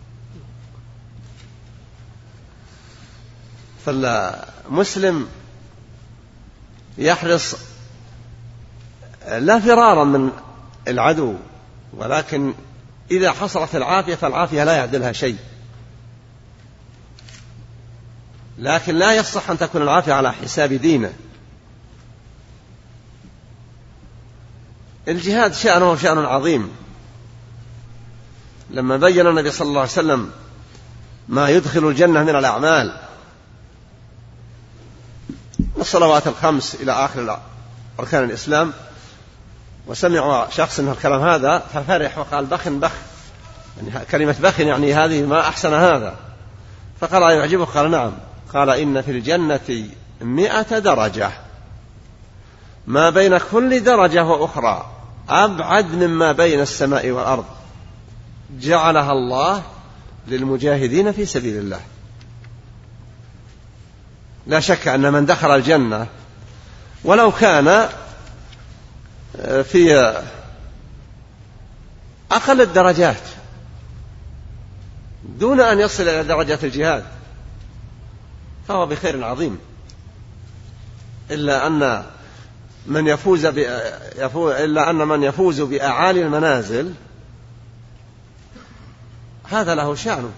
فالمسلم يحرص لا فرارا من العدو، ولكن إذا حصلت العافية فالعافية لا يعدلها شيء. لكن لا يصح أن تكون العافية على حساب دينه. الجهاد شأنه شأن عظيم. لما بين النبي صلى الله عليه وسلم ما يدخل الجنة من الأعمال الصلوات الخمس إلى آخر أركان الإسلام، وسمع شخص من الكلام هذا ففرح وقال بخ بخ، يعني كلمة بخ يعني هذه ما أحسن هذا. فقال يعجبك؟ قال نعم. قال إن في الجنة مئة درجة، ما بين كل درجة وأخرى أبعد مما بين السماء والأرض، جعلها الله للمجاهدين في سبيل الله. لا شك أن من دخل الجنة ولو كان في أقل الدرجات دون أن يصل إلى درجة الجهاد فهو بخير عظيم، إلا أن من يفوز بيفوز إلا أن من يفوز بأعالي المنازل هذا له شأنه.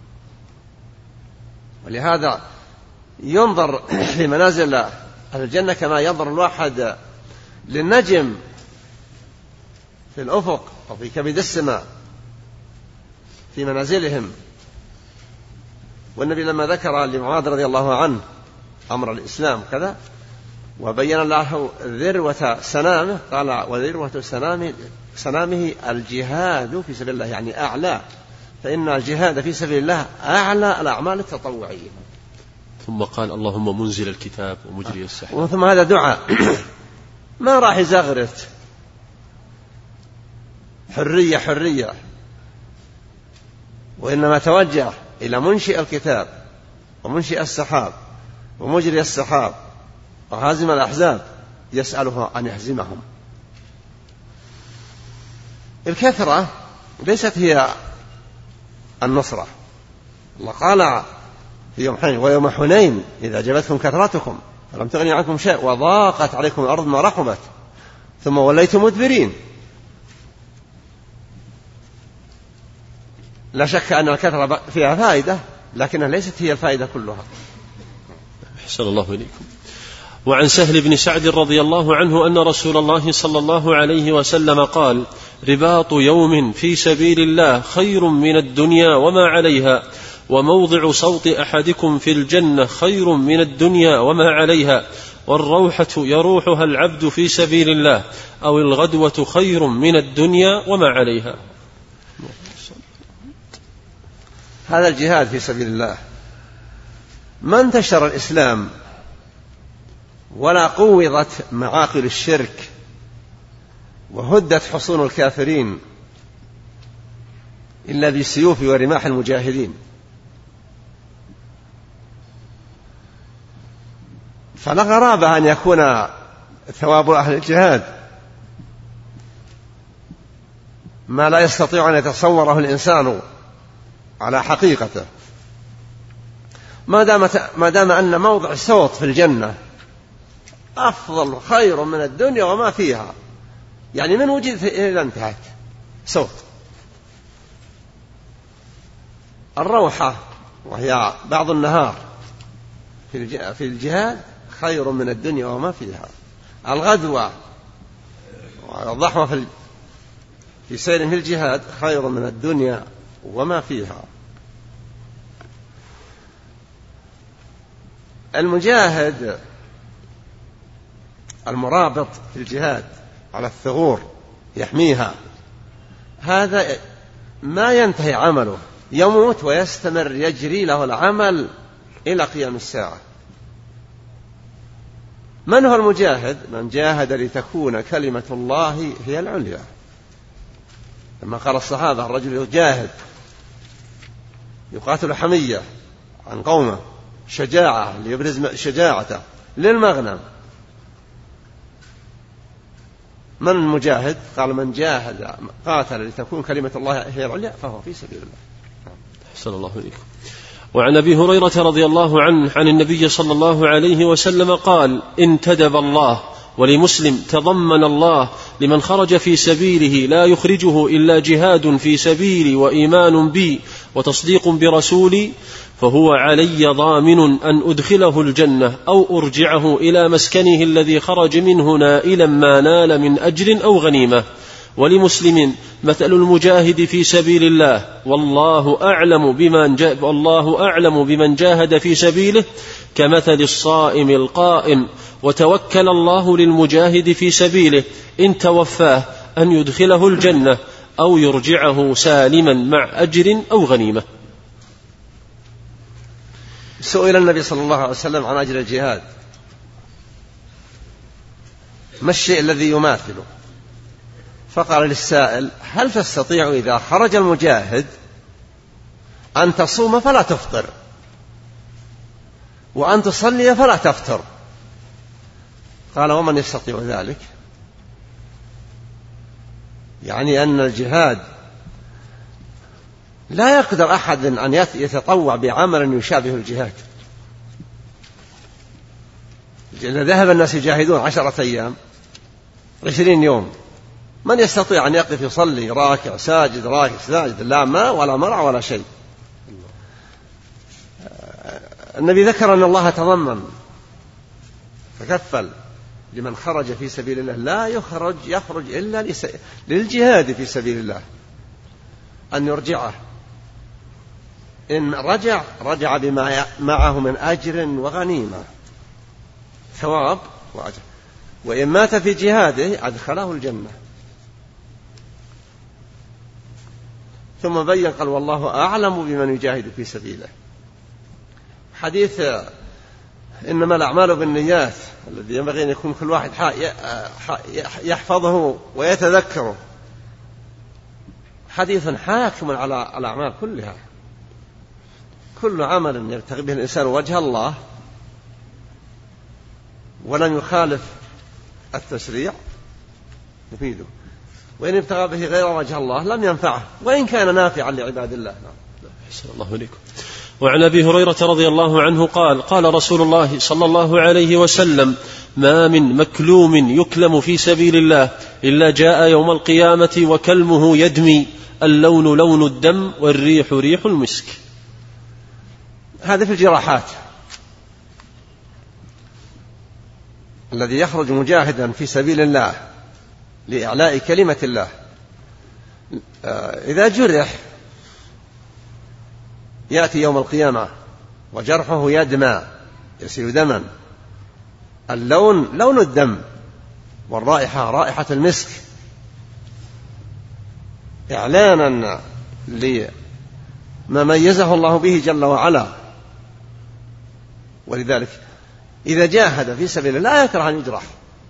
ولهذا ينظر لمنازل الجنة كما ينظر الواحد للنجم في الأفق أو في كبد السماء في منازلهم. والنبي لما ذكر لمعاذ رضي الله عنه أمر الإسلام كذا وبين له ذروة سنامه قال وذروة سنامه, سنامه الجهاد في سبيل الله، يعني أعلى، فإن الجهاد في سبيل الله أعلى الأعمال التطوعية. ثم قال اللهم منزل الكتاب ومجري السحاب. وثم هذا دعاء ما راح يزغرت حرية حرية، وإنما توجه إلى منشئ الكتاب ومنشئ السحاب ومجري السحاب وهازم الأحزاب يسأله أن يهزمهم. الكثرة ليست هي النصرة. الله قال في يوم حنين ويوم حنين إذا جبتكم كثرتكم فلم تغني عنكم شيء وضاقت عليكم الأرض ما رحبت ثم وليتم مدبرين. لا شك أن الكثرة فيها فائدة لكنها ليست هي الفائدة كلها. أحسن الله إليكم. وعن سهل بن سعد رضي الله عنه أن رسول الله صلى الله عليه وسلم قال رباط يوم في سبيل الله خير من الدنيا وما عليها، وموضع صوت أحدكم في الجنة خير من الدنيا وما عليها، والروحة يروحها العبد في سبيل الله، أو الغدوة خير من الدنيا وما عليها. هذا الجهاد في سبيل الله ما انتشر الإسلام ولا قوضت معاقل الشرك وهدت حصون الكافرين إلا بالسيوف ورماح المجاهدين. فلا غرابة أن يكون ثواب أهل الجهاد ما لا يستطيع أن يتصوره الإنسان على حقيقته، ما دام ما دام أن موضع الصوت في الجنة أفضل خير من الدنيا وما فيها، يعني من وجدت إلى انتهت صوت. الروحة وهي بعض النهار في الجهاد خير من الدنيا وما فيها. الغدوة والضحوة في في سير في الجهاد خير من الدنيا وما فيها. المجاهد المرابط في الجهاد على الثغور يحميها هذا ما ينتهي عمله، يموت ويستمر يجري له العمل إلى قيام الساعة. من هو المجاهد؟ من جاهد لتكون كلمة الله هي العليا. لما قال الصحابة الرجل يجاهد يقاتل حمية عن قومه شجاعة ليبرز شجاعته للمغنم، من المجاهد؟ قال من جاهد قاتل لتكون كلمة الله هي العليا فهو في سبيل الله. أحسن الله إليكم. وعن أبي هريرة رضي الله عنه عن النبي صلى الله عليه وسلم قال انتدب الله، ولمسلم تضمن الله لمن خرج في سبيله لا يخرجه إلا جهاد في سبيلي وإيمان بي وتصديق برسولي فهو علي ضامن أن أدخله الجنة أو أرجعه إلى مسكنه الذي خرج منه نائلا ما نال من أجر أو غنيمة. ولمسلم: مثل المجاهد في سبيل الله والله أعلم بمن جا والله أعلم بمن جاهد في سبيله كمثل الصائم القائم، وتوكل الله للمجاهد في سبيله إن توفاه أن يدخله الجنة أو يرجعه سالما مع أجر أو غنيمة. سئل النبي صلى الله عليه وسلم عن أجر الجهاد: ما الشيء الذي يماثله؟ فقال للسائل: هل تستطيع إذا خرج المجاهد أن تصوم فلا تفطر، وأن تصلي فلا تفتر؟ قال: ومن يستطيع ذلك؟ يعني أن الجهاد لا يقدر أحد أن يتطوع بعمل يشابه الجهاد. إذا ذهب الناس يجاهدون عشرة أيام عشرين يوم، من يستطيع أن يقف يصلي راكع ساجد راكع ساجد، لا ماء ولا مرع ولا شيء. النبي ذكر أن الله تضمن فكفل لمن خرج في سبيل الله لا يخرج يخرج إلا للجهاد في سبيل الله أن يرجعه، إن رجع رجع بما معه من أجر وغنيمة، ثواب وأجر، وإن مات في جهاده أدخله الجنة. ثم بين قال: والله أعلم بمن يجاهد في سبيله. حديث إنما الأعمال بالنيات الذي ينبغي أن يكون كل واحد يحفظه ويتذكره، حديث حاكم على الأعمال كلها. كل عمل يبتغي به الإنسان وجه الله ولم يخالف التشريع يفيده، وإن ابتغى به غير وجه الله لم ينفعه وإن كان نافعا لعباد الله. أحسن الله إليكم. وعن أبي هريرة رضي الله عنه قال: قال رسول الله صلى الله عليه وسلم: ما من مكلوم يكلم في سبيل الله إلا جاء يوم القيامة وكلمه يدمي، اللون لون الدم والريح ريح المسك. هذا في الجراحات. الذي يخرج مجاهدا في سبيل الله لإعلاء كلمة الله إذا جرح يأتي يوم القيامة وجرحه يدمى يسيل دما، اللون لون الدم والرائحة رائحة المسك، إعلانا لما ميزه الله به جل وعلا. ولذلك إذا جاهد في سبيل الله لا يكره أن يجرح،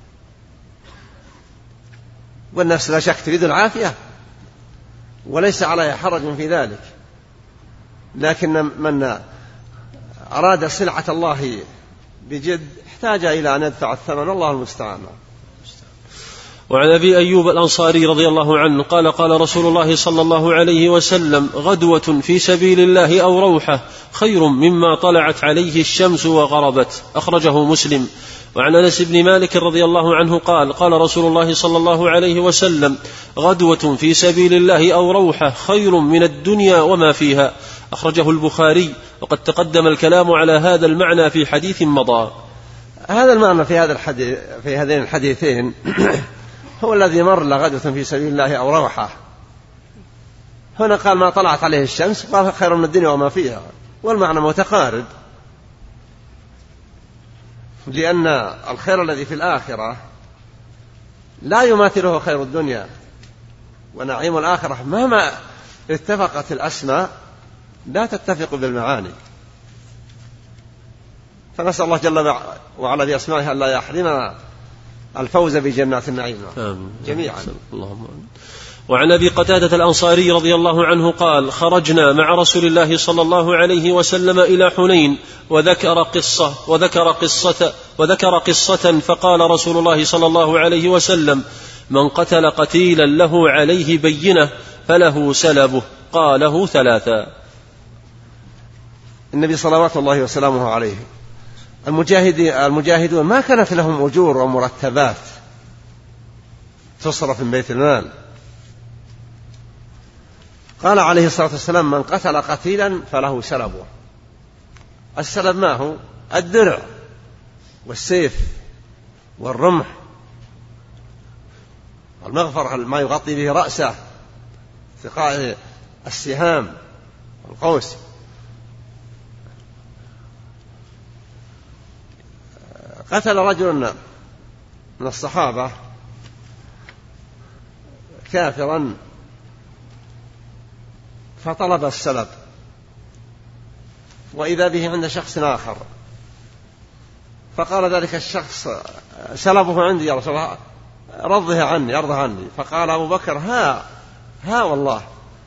والنفس لا شك تريد العافية وليس عليها حرج في ذلك، لكن من أراد سلعة الله بجد احتاج إلى أن يدفع الثمن، الله المستعان. وعن أبي أيوب الأنصاري رضي الله عنه قال: قال رسول الله صلى الله عليه وسلم: غدوة في سبيل الله أو روحة خير مما طلعت عليه الشمس وغربت، أخرجه مسلم. وعن أنس بن مالك رضي الله عنه قال: قال رسول الله صلى الله عليه وسلم: غدوة في سبيل الله أو روحة خير من الدنيا وما فيها، أخرجه البخاري. وقد تقدم الكلام على هذا المعنى في حديث مضى. هذا المعنى في هذا الحديث في هذين الحديثين هو الذي مر: لغدوة في سبيل الله أو روحة. هنا قال: ما طلعت عليه الشمس، قال: خير من الدنيا وما فيها، والمعنى متقارب، لأن الخير الذي في الآخرة لا يماثله خير الدنيا، ونعيم الآخرة مهما اتفقت الأسماء لا تتفق بالمعاني. فنسأل الله جل وعلا بأسمائها ألا يحرمنا الفوز بجنات النعيم جميعا. اللهم. وعن أبي قتادة الأنصاري رضي الله عنه قال: خرجنا مع رسول الله صلى الله عليه وسلم إلى حنين، وذكر قصة وذكر قصة وذكر قصة فقال رسول الله صلى الله عليه وسلم: من قتل قتيلا له عليه بينة فله سلبه، قاله ثلاثا. النبي صلوات الله وسلامه عليه المجاهدون ما كانت لهم أجور ومرتبات تصرف من بيت المال. قال عليه الصلاة والسلام: من قتل قتيلا فله سلبه. السلب ما هو؟ الدرع والسيف والرمح. المغفر ما يغطي به رأسه اتقاء السهام والقوس. قتل رجل من الصحابة كافرا فطلب السلب، وإذا به عند شخص آخر، فقال ذلك الشخص سلبه عندي يا رسول الله، رضه عني أرضه عني. فقال أبو بكر ها ها والله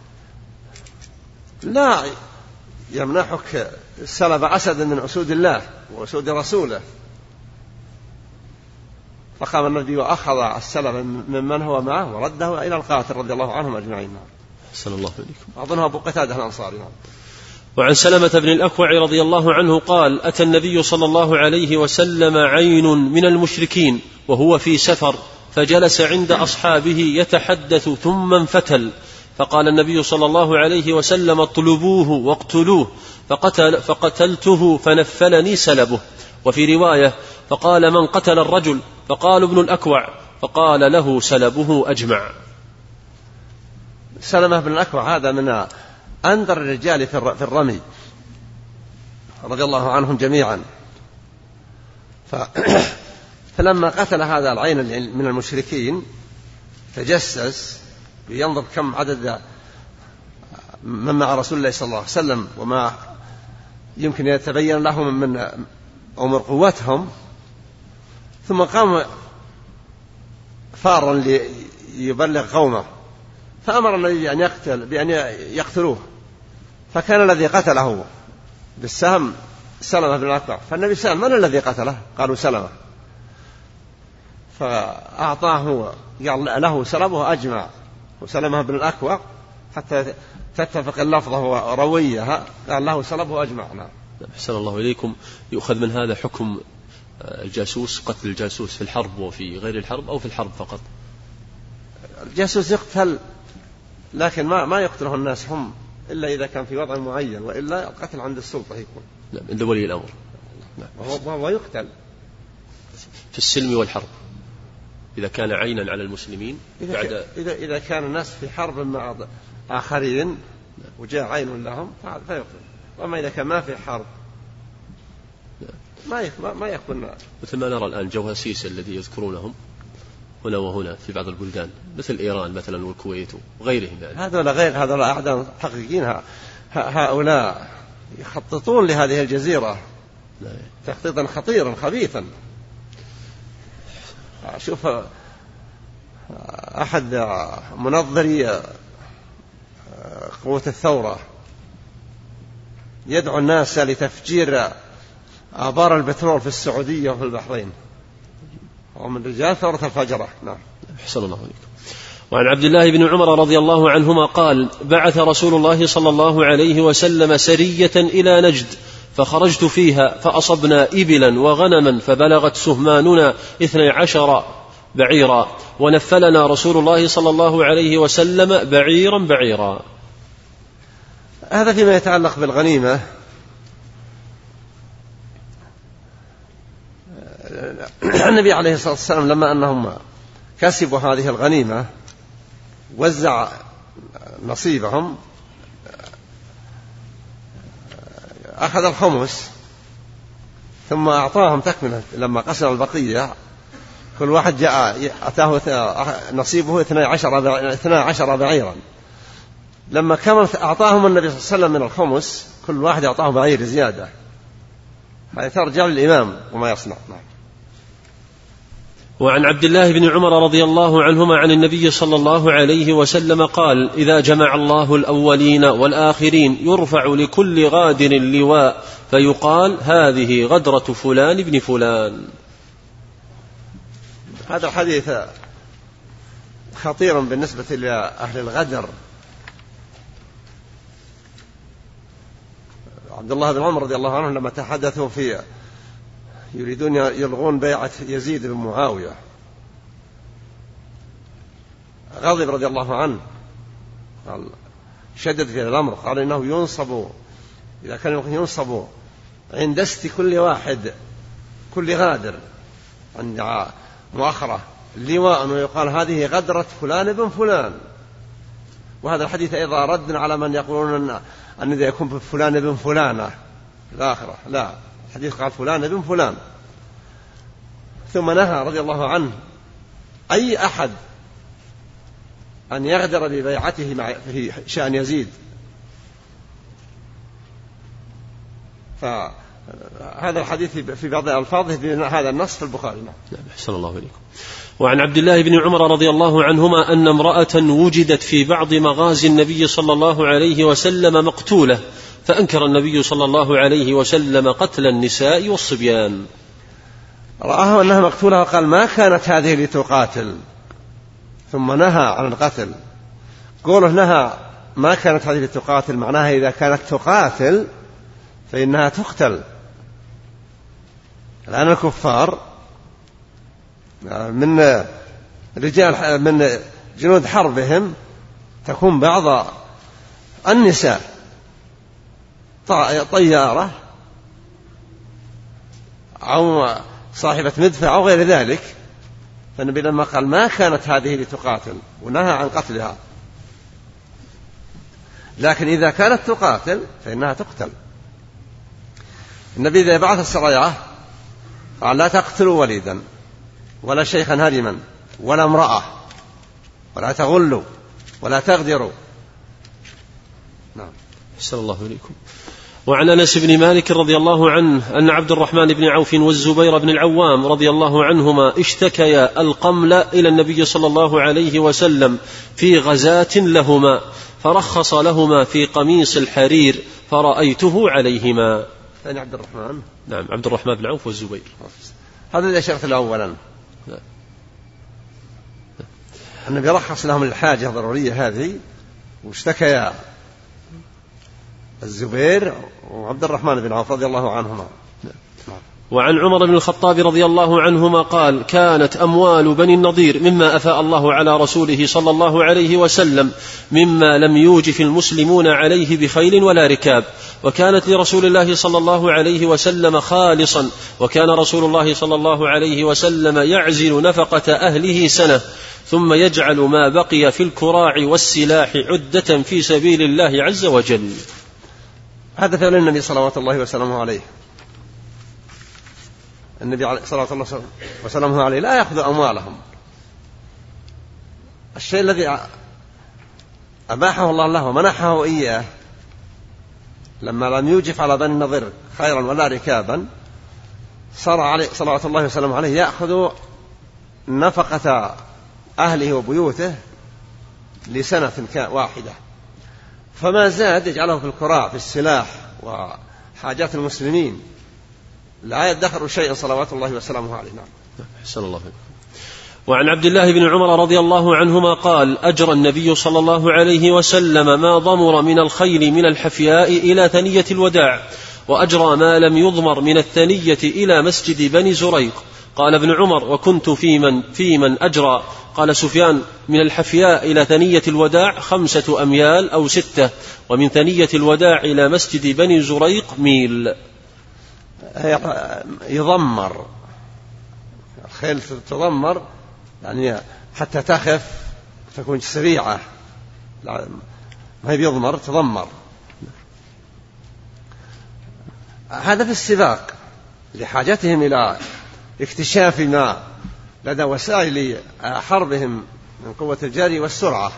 لا يمنحك سلب أسد من أسود الله وأسود رسوله. فقام النبي وأخذ السلب ممن هو معه ورده إلى القاتل رضي الله عنهم أجمعين. أحسن الله إليكم. أظنها أبو قتادة الأنصاري. وعن سلمة بن الأكوع رضي الله عنه قال: أتى النبي صلى الله عليه وسلم عين من المشركين وهو في سفر، فجلس عند أصحابه يتحدث ثم انفتل، فقال النبي صلى الله عليه وسلم: اطلبوه واقتلوه، فقتل فقتلته فنفلني سلبه. وفي رواية: فقال: من قتل الرجل؟ فقال ابن الأكوع، فقال له سلبه أجمع. سلمة بن الأكوع هذا من أندر الرجال في الرمي رضي الله عنهم جميعا. فلما قتل هذا العين من المشركين تجسس ينظر كم عدد من مع رسول الله صلى الله عليه وسلم وما يمكن يتبين لهم من أمر قوتهم، ثم قام فارا ليبلغ قومه، فأمر النبي بأن يقتل بأن يقتلوه، فكان الذي قتله بالسهم سلمة بن الأكوع. فالنبي سأل: من الذي قتله؟ قالوا: سلمة. فأعطاه له سلبه أجمع، وسلمة بن الأكوع حتى تتفق اللفظة ورويها، قال له سلبه أجمع. نعم. أحسن الله إليكم. يؤخذ من هذا حكم الجاسوس، قتل الجاسوس في الحرب وفي غير الحرب، أو في الحرب فقط؟ الجاسوس يقتل، لكن ما ما يقتله الناس هم إلا إذا كان في وضع معين، وإلا القتل عند السلطة يكون. نعم، عند ولي الأمر. نعم. وهو يقتل في السلم والحرب إذا كان عينا على المسلمين. إذا, بعد إذا, إذا كان الناس في حرب مع آخرين وجاء عين لهم فيقتل، وما إذا كان ما في حرب ما ما يكون. مثل ما نرى الآن جواسيس الذي يذكرونهم هنا وهنا في بعض البلدان مثل إيران مثلا والكويت وغيرهم، يعني هذول غير هذول أعداء حقيقيين. هؤلاء يخططون لهذه الجزيرة تخطيطا خطيرا خبيثا. شوف أحد منظري قوة الثورة يدعو الناس لتفجير آبار البترول في السعودية وفي البحرين، ومن رجال ثورة الفجرة. نعم. أحسن الله عليكم. وعن عبد الله بن عمر رضي الله عنهما قال: بعث رسول الله صلى الله عليه وسلم سرية إلى نجد، فخرجت فيها فأصبنا إبلا وغنما، فبلغت سهماننا اثني عشر بعيرا، ونفلنا رسول الله صلى الله عليه وسلم بعيرا بعيرا. هذا فيما يتعلق بالغنيمة. النبي عليه الصلاة والسلام لما أنهم كسبوا هذه الغنيمة وزع نصيبهم، أخذ الخمس ثم أعطاهم تكملة. لما قسم البقية كل واحد جاء أتاه نصيبه اثنى عشر بعيرا. لما كملت أعطاهم النبي صلى الله عليه وسلم من الخمس كل واحد أعطاه بعير زيادة. هذا ترجع للإمام وما يصنع. نعم. وعن عبد الله بن عمر رضي الله عنهما عن النبي صلى الله عليه وسلم قال: إذا جمع الله الأولين والآخرين يرفع لكل غادر لواء، فيقال: هذه غدرة فلان بن فلان. هذا الحديث خطير بالنسبة لأهل الغدر. عبد الله بن عمر رضي الله عنه لما تحدثوا في يريدون يلغون بيعة يزيد بن معاوية غضب رضي الله عنه، قال شدد في الأمر، قال إنه ينصب إذا كان ينصب عند دست كل واحد كل غادر عند مؤخرة لواء ويقال هذه غدرة فلان بن فلان. وهذا الحديث أيضا رد على من يقولون أن, أن إذا يكون فلان بن فلانة في الآخرة، لا، الحديث قال فلان بن فلان. ثم نهى رضي الله عنه أي أحد أن يغدر ببيعته مع في شأن يزيد. فهذا الحديث في بعض ألفاظه هذا النص في البخاري. نعم، أحسن الله إليكم. وعن عبد الله بن عمر رضي الله عنهما أن امرأة وجدت في بعض مغازي النبي صلى الله عليه وسلم مقتولة، فأنكر النبي صلى الله عليه وسلم قتل النساء والصبيان. رآها أنها مقتولة وقال ما كانت هذه لتقاتل، ثم نهى عن القتل. قوله نهى ما كانت هذه لتقاتل معناها إذا كانت تقاتل فإنها تقتل. الآن الكفار من رجال من جنود حربهم تكون بعض النساء طيارة أو صاحبة مدفع أو غير ذلك، فالنبي لما قال ما كانت هذه لتقاتل ونهى عن قتلها. لكن إذا كانت تقاتل فإنها تقتل. النبي إذا بعث السرايا قال لا تقتلوا وليدا ولا شيخا هرما ولا امرأة ولا تغلوا ولا تغدروا. نعم. أحسن الله إليكم. وعن أنس بن مالك رضي الله عنه أن عبد الرحمن بن عوف والزبير بن العوام رضي الله عنهما اشتكيا القمل إلى النبي صلى الله عليه وسلم في غزاة لهما، فرخص لهما في قميص الحرير فرأيته عليهما. ثاني عبد الرحمن. نعم، عبد الرحمن بن عوف والزبير. هذا اللي أشرت له أولا. النبي رخص لهم الحاجة الضرورية هذه، واشتكيا الزبير وعبد الرحمن بن عوف رضي الله عنهما. وعن عمر بن الخطاب رضي الله عنهما قال: كانت أموال بني النضير مما أفاء الله على رسوله صلى الله عليه وسلم مما لم يوجف المسلمون عليه بخيل ولا ركاب، وكانت لرسول الله صلى الله عليه وسلم خالصا، وكان رسول الله صلى الله عليه وسلم يعزل نفقة أهله سنة ثم يجعل ما بقي في الكراع والسلاح عدة في سبيل الله عز وجل. هذا فعل النبي صلوات الله وسلامه عليه. النبي صلى الله عليه وسلم عليه لا يأخذ أموالهم. الشيء الذي أباحه الله له ومنحه إياه لما لم يوجف على بني النضير خيرا ولا ركابا، صار عليه صلوات الله وسلم عليه يأخذ نفقة أهله وبيوته لسنة واحدة، فما زاد يجعله في الكراع في السلاح وحاجات المسلمين، لا يدخر شيئا صلوات الله وسلامه عليه. نعم. أحسن الله فيكم. وعن عبد الله بن عمر رضي الله عنهما قال: أجرى النبي صلى الله عليه وسلم ما ضمر من الخيل من الحفياء إلى ثنية الوداع، وأجرى ما لم يضمر من الثنية إلى مسجد بني زريق. قال ابن عمر: وكنت في من, في من أجرى. قال سفيان: من الحفياء إلى ثنية الوداع خمسة أميال أو ستة، ومن ثنية الوداع إلى مسجد بني زريق ميل. يضمر الخيل تضمر يعني حتى تخف تكون سريعة، ما هي بيضمر تضمر. هذا في السباق لحاجتهم إلى اكتشاف ما لدى وسائل حربهم من قوة الجري والسرعة،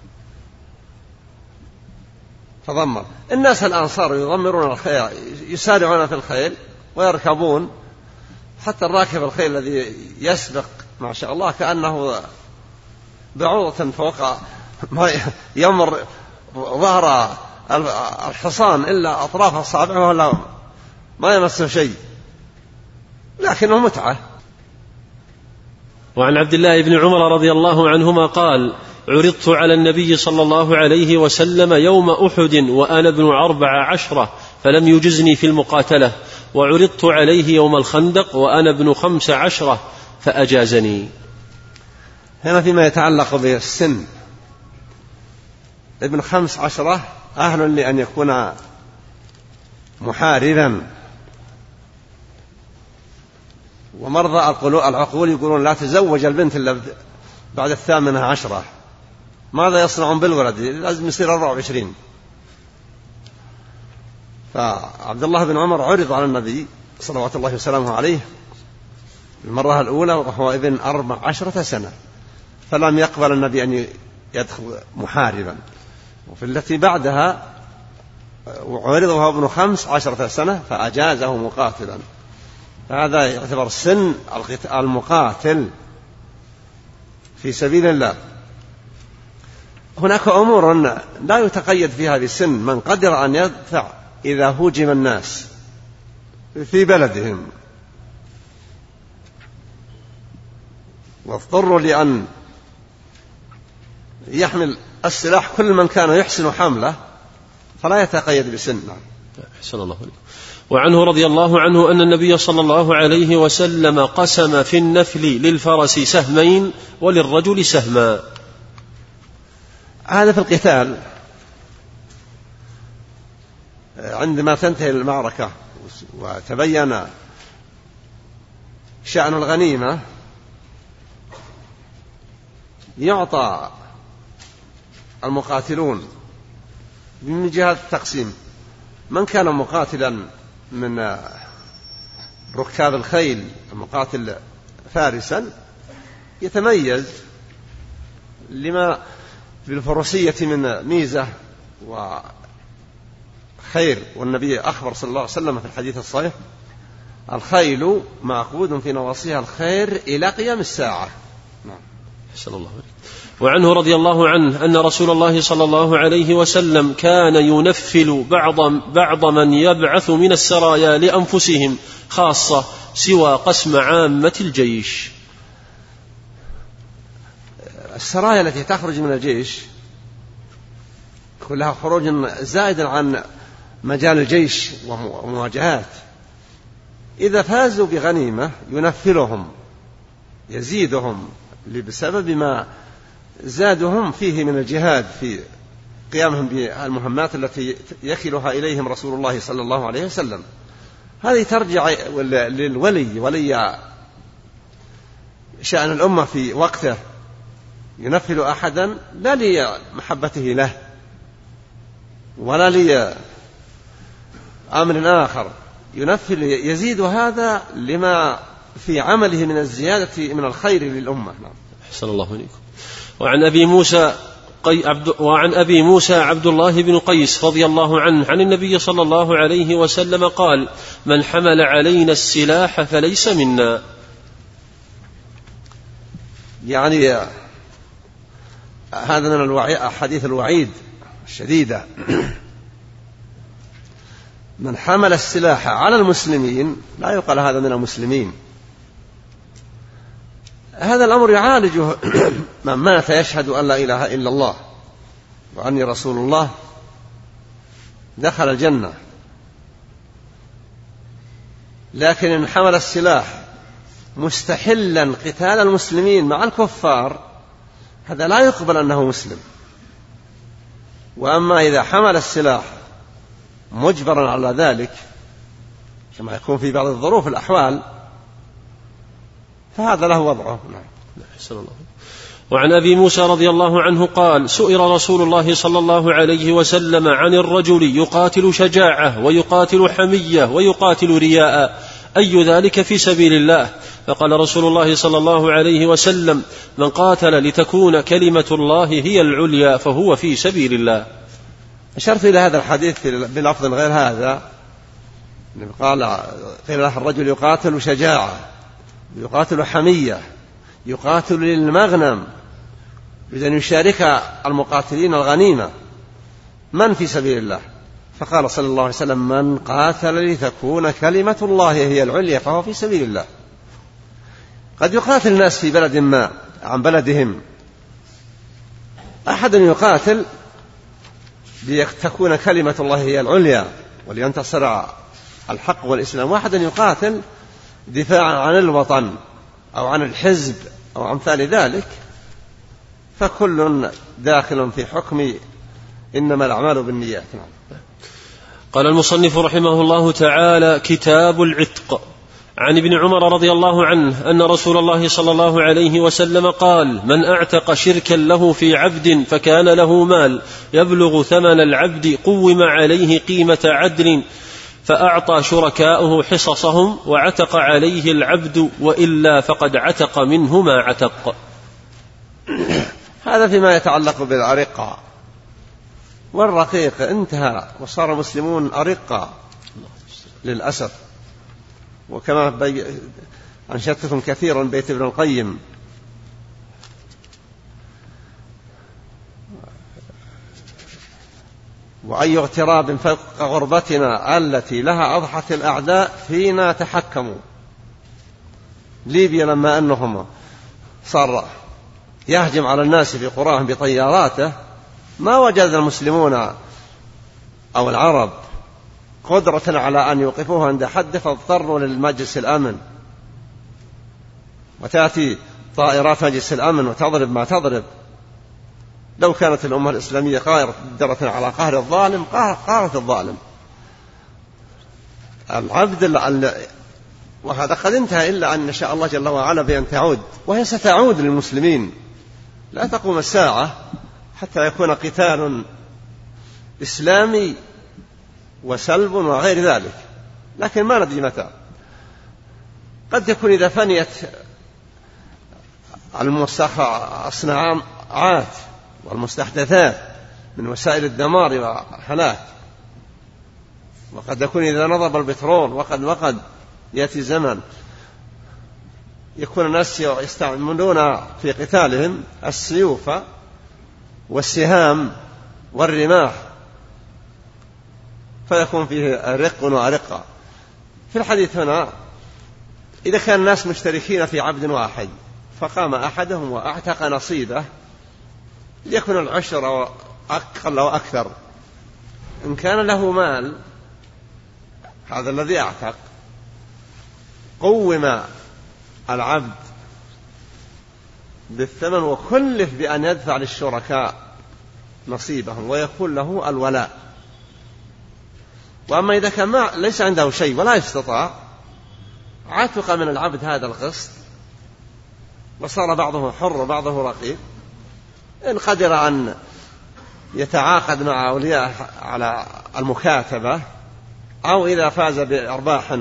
تضمر. الناس الآن صاروا يضمرون الخيل، يسارعون في الخيل ويركبون، حتى الراكب الخيل الذي يسبق ما شاء الله كأنه بعوضة فوق ما يمر ظهر الحصان إلا أطراف الصابع ولا ما يمسه شيء، لكنه متعة. وعن عبد الله بن عمر رضي الله عنهما قال: عرضت على النبي صلى الله عليه وسلم يوم أحد وأنا ابن أربع عشرة فلم يجزني في المقاتلة، وعرضت عليه يوم الخندق وأنا ابن خمس عشرة فأجازني. هنا فيما يتعلق بالسن، ابن خمس عشرة أهل لأن يكون محاربا، ومرضى العقول يقولون لا تزوج البنت إلا بعد الثامنة عشرة. ماذا يصنعون بالولد؟ لازم يصير أربعة وعشرين. فعبد الله بن عمر عرض على النبي صلوات الله وسلامه عليه المرة الأولى وهو ابن أربع عشرة سنة، فلم يقبل النبي أن يدخل محاربا. وفي التي بعدها عرض وهو ابن خمس عشرة سنة فأجازه مقاتلا. هذا يعتبر سن المقاتل في سبيل الله. هناك أمور لا يتقيد فيها بسن، من قدر أن يدفع إذا هوجم الناس في بلدهم واضطروا لأن يحمل السلاح كل من كان يحسن حمله فلا يتقيد بسن. أحسن الله عليك. وعنه رضي الله عنه أن النبي صلى الله عليه وسلم قسم في النفل للفرس سهمين وللرجل سهما. هذا في القتال عندما تنتهي المعركة وتبين شأن الغنيمة يعطى المقاتلون من جهة التقسيم. من كان مقاتلا من ركاب الخيل المقاتل فارسا يتميز لما بالفروسية من ميزة وخير، والنبي أخبر صلى الله عليه وسلم في الحديث الصحيح الخيل معقود في نواصيها الخير إلى قيام الساعة. نعم. أحسن الله عليك. وعنه رضي الله عنه أن رسول الله صلى الله عليه وسلم كان ينفل بعض, بعض من يبعث من السرايا لأنفسهم خاصة سوى قسم عامة الجيش. السرايا التي تخرج من الجيش كلها خروج زائدا عن مجال الجيش ومواجهات. إذا فازوا بغنيمة ينفلهم يزيدهم بسبب ما زادهم فيه من الجهاد في قيامهم بالمهمات التي يكلها إليهم رسول الله صلى الله عليه وسلم. هذه ترجع للولي ولي شأن الأمة في وقته ينفل أحدا لا لمحبته له ولا لأمر آخر، ينفل يزيد هذا لما في عمله من الزيادة من الخير للأمة. أحسن الله عليكم. وعن أبي موسى قي عبد وعن أبي موسى عبد الله بن قيس رضي الله عنه عن النبي صلى الله عليه وسلم قال: من حمل علينا السلاح فليس منا. يعني هذا من الوعي حديث الوعيد الشديدة. من حمل السلاح على المسلمين لا يقال هذا من المسلمين. هذا الأمر يعالجه من مات يشهد أن لا إله إلا الله وأني رسول الله دخل الجنة. لكن إن حمل السلاح مستحلا قتال المسلمين مع الكفار هذا لا يقبل أنه مسلم. وأما إذا حمل السلاح مجبرا على ذلك كما يكون في بعض الظروف الأحوال فهذا له وضعه. نعم. وعن أبي موسى رضي الله عنه قال: سئل رسول الله صلى الله عليه وسلم عن الرجل يقاتل شجاعة ويقاتل حمية ويقاتل رياء أي ذلك في سبيل الله؟ فقال رسول الله صلى الله عليه وسلم: من قاتل لتكون كلمة الله هي العليا فهو في سبيل الله. أشرت إلى هذا الحديث بلفظ غير هذا. قال قيل له الرجل يقاتل شجاعة يقاتل حمية يقاتل للمغنم إذن يشارك المقاتلين الغنيمة من في سبيل الله؟ فقال صلى الله عليه وسلم: من قاتل لتكون كلمة الله هي العليا فهو في سبيل الله. قد يقاتل الناس في بلد ما عن بلدهم، أحد يقاتل لتكون كلمة الله هي العليا ولينتصر الحق والإسلام، واحد يقاتل دفاعا عن الوطن أو عن الحزب أو أمثال ذلك، فكل داخل في حكم إنما الأعمال بالنيات. قال المصنف رحمه الله تعالى: كتاب العتق. عن ابن عمر رضي الله عنه أن رسول الله صلى الله عليه وسلم قال: من أعتق شركا له في عبد فكان له مال يبلغ ثمن العبد قوم عليه قيمة عدل فأعطى شركاؤه حصصهم وعتق عليه العبد وإلا فقد عتق منه ما عتق. هذا فيما يتعلق بالأرقة، والرقيق انتهى وصار المسلمون أرقة للأسف. وكما أنشدتكم كثيرا بيت ابن القيم: وأي اغتراب فوق غربتنا التي لها أضحت الأعداء فينا تحكموا. ليبيا لما أنهم صار يهجم على الناس في قراهم بطياراته ما وجد المسلمون أو العرب قدرة على أن يوقفوه عند حد، فاضطروا للمجلس الأمن، وتأتي طائرات مجلس الأمن وتضرب ما تضرب. لو كانت الأمة الإسلامية قادرة على قهر الظالم قهرت الظالم. العبد وهذا قد انتهى، إلا أن شاء الله جل وعلا بأن تعود، وهي ستعود للمسلمين. لا تقوم الساعة حتى يكون قتال إسلامي وسلب وغير ذلك، لكن ما ندري متى. قد يكون إذا فنيت المصنعات والمستحدثات من وسائل الدمار والهلاك، وقد يكون إذا نضب البترول، وقد وقد يأتي زمن يكون الناس يستعملون في قتالهم السيوف والسهام والرماح، فيكون فيه رق وأرقة. في الحديث هنا إذا كان الناس مشتركين في عبد واحد فقام أحدهم وأعتق نصيبه ليكن العشر أو أقل أو أكثر. إن كان له مال هذا الذي أعتق قوم العبد بالثمن وكلف بأن يدفع للشركاء نصيبهم ويكون له الولاء. وأما إذا كان ما ليس عنده شيء ولا يستطاع عتق من العبد هذا القسط وصار بعضه حر وبعضه رقيق، إن قدر أن يتعاقد مع أولياء على المكاتبة، أو إذا فاز بأرباح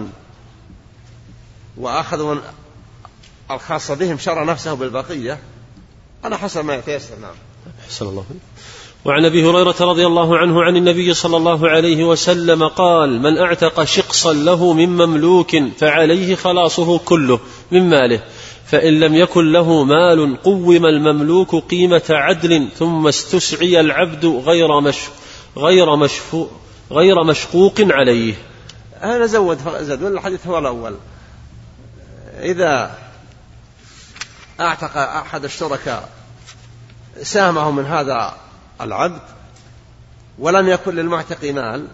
وأخذوا الخاصة بهم شرى نفسه بالبقية على حسب ما يتيسر. نعم. حسن الله. وعن أبي هريرة رضي الله عنه عن النبي صلى الله عليه وسلم قال: من أعتق شقصا له من مملوك فعليه خلاصه كله من ماله، فإن لم يكن له مال قوم المملوك قيمة عدل ثم استسعي العبد غير مش غير مشفو غير مشقوق عليه. أنا زود زاد الحديث هو الأول: إذا أعتق أحد الشركاء سامه من هذا العبد ولم يكن للمعتق مال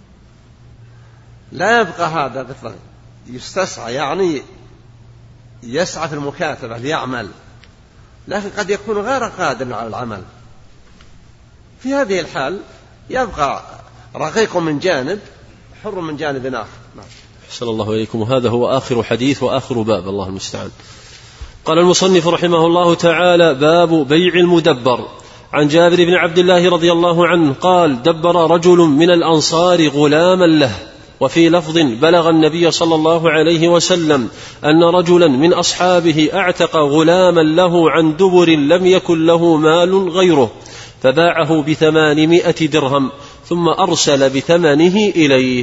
لا يبقى هذا بالضبط، يستسعى يعني يسعى في المكاتبة ليعمل، لكن قد يكون غير قادر على العمل. في هذه الحال يبقى رقيق من جانب حر من جانب آخر. أحسن الله إليكم. وهذا هو آخر حديث وآخر باب، الله المستعان. قال المصنف رحمه الله تعالى: باب بيع المدبر. عن جابر بن عبد الله رضي الله عنه قال: دبر رجل من الأنصار غلاما له. وفي لفظ: بلغ النبي صلى الله عليه وسلم أن رجلا من أصحابه أعتق غلاما له عن دبر لم يكن له مال غيره، فباعه بثمانمائة درهم ثم أرسل بثمنه إليه.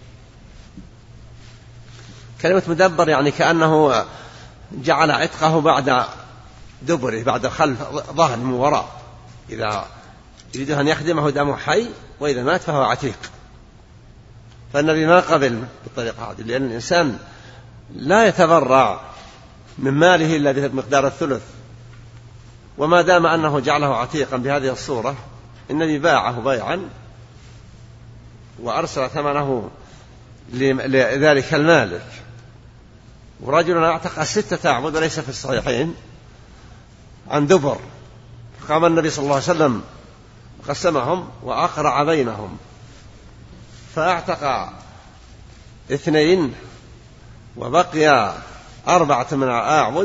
كلمة مدبر يعني كأنه جعل عتقه بعد دبره، بعد خلف ظهر من وراء، إذا يريد أن يخدمه دمه حي، وإذا مات فهو عتيق. فالنبي ما قبل بالطريقة هذه، لأن الإنسان لا يتبرع من ماله إلا بمقدار الثلث، وما دام أنه جعله عتيقا بهذه الصورة النبي باعه بيعا وأرسل ثمنه لذلك المالك. ورجل اعتق ستة أعبد وليس في الصحيحين عن دبر، فقام النبي صلى الله عليه وسلم قسمهم وأقرع بينهم، فاعتق اثنين وبقي أربعة من أعود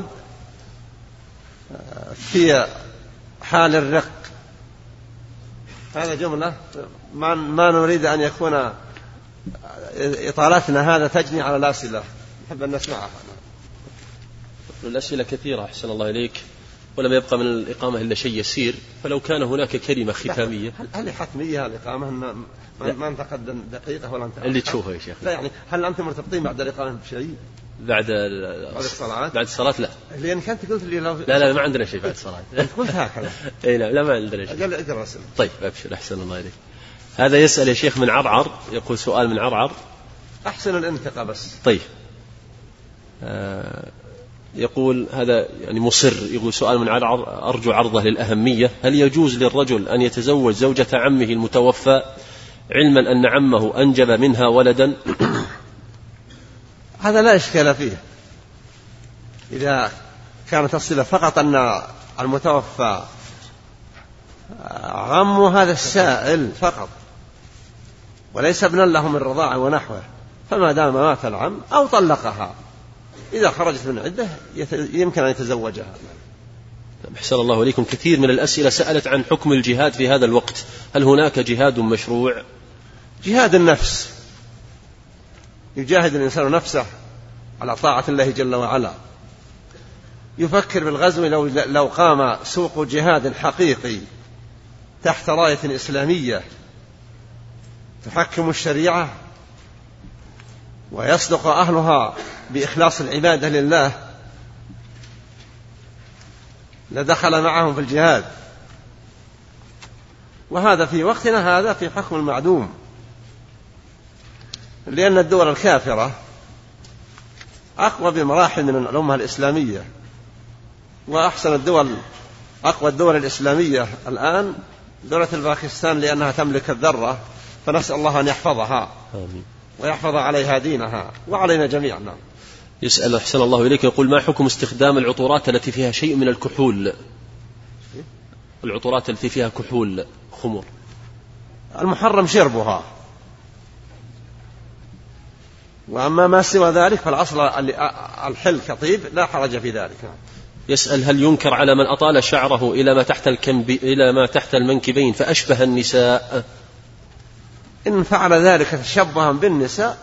في حال الرق. هذا جملة ما نريد أن يكون إطالتنا هذا تجني على الأسئلة، نحب أن نسمعها. الأسئلة كثيرة أحسن الله إليك، ولم يبقى من الإقامة إلا شيء يسير، فلو كان هناك كلمة ختامية. هل حتمية الإقامة؟ ما نتقدم دقيقة ولا نتأخر اللي تشوفه يا شيخ. لا يعني هل أنتم مرتبطين بعد الإقامة بشيء؟ بعد بعد الصلاة؟ بعد الصلاة لا. لأن كنت قلت لي لو لا لا ما عندنا شيء بعد الصلاة. أنت قلت هكذا. إيه لا لا ما عندنا شيء. قال اقرأ اسمه. طيب أبشر أحسن الله إليك. هذا يسأل يا شيخ من عرعر، يقول سؤال من عرعر. أحسن الانتقاء بس. طيب. آه يقول هذا يعني مصر، يقول سؤال من عرعر أرجو عرضه للأهمية. هل يجوز للرجل أن يتزوج زوجة عمه المتوفى علما أن عمه أنجب منها ولدا؟ هذا لا إشكال فيه إذا كانت الصلة فقط أن المتوفى عم هذا السائل فقط وليس ابنا له من رضاعة ونحوه، فما دام مات العم أو طلقها إذا خرجت من عدة يمكن أن يتزوجها. أحسن الله إليكم. كثير من الأسئلة سألت عن حكم الجهاد في هذا الوقت، هل هناك جهاد مشروع؟ جهاد النفس، يجاهد الإنسان نفسه على طاعة الله جل وعلا، يفكر بالغزو لو, لو قام سوق جهاد حقيقي تحت راية إسلامية تحكم الشريعة ويصدق أهلها بإخلاص العبادة لله لدخل معهم في الجهاد، وهذا في وقتنا هذا في حكم المعدوم، لأن الدول الكافرة أقوى بمراحل من الأمة الإسلامية، وأحسن الدول أقوى الدول الإسلامية الآن دولة الباكستان لأنها تملك الذرة، فنسأل الله أن يحفظها آمين. ويحفظ عليها دينها وعلينا جميعا. يسأل أحسن الله إليك، يقول ما حكم استخدام العطورات التي فيها شيء من الكحول؟ العطورات التي فيها كحول خمر. المحرم شربها، وأما ما سوى ذلك فالأصل الحل كطيب لا حرج في ذلك. يسأل هل ينكر على من أطال شعره إلى ما تحت الكنب إلى ما تحت المنكبين فأشبه النساء؟ إن فعل ذلك تشبها بالنساء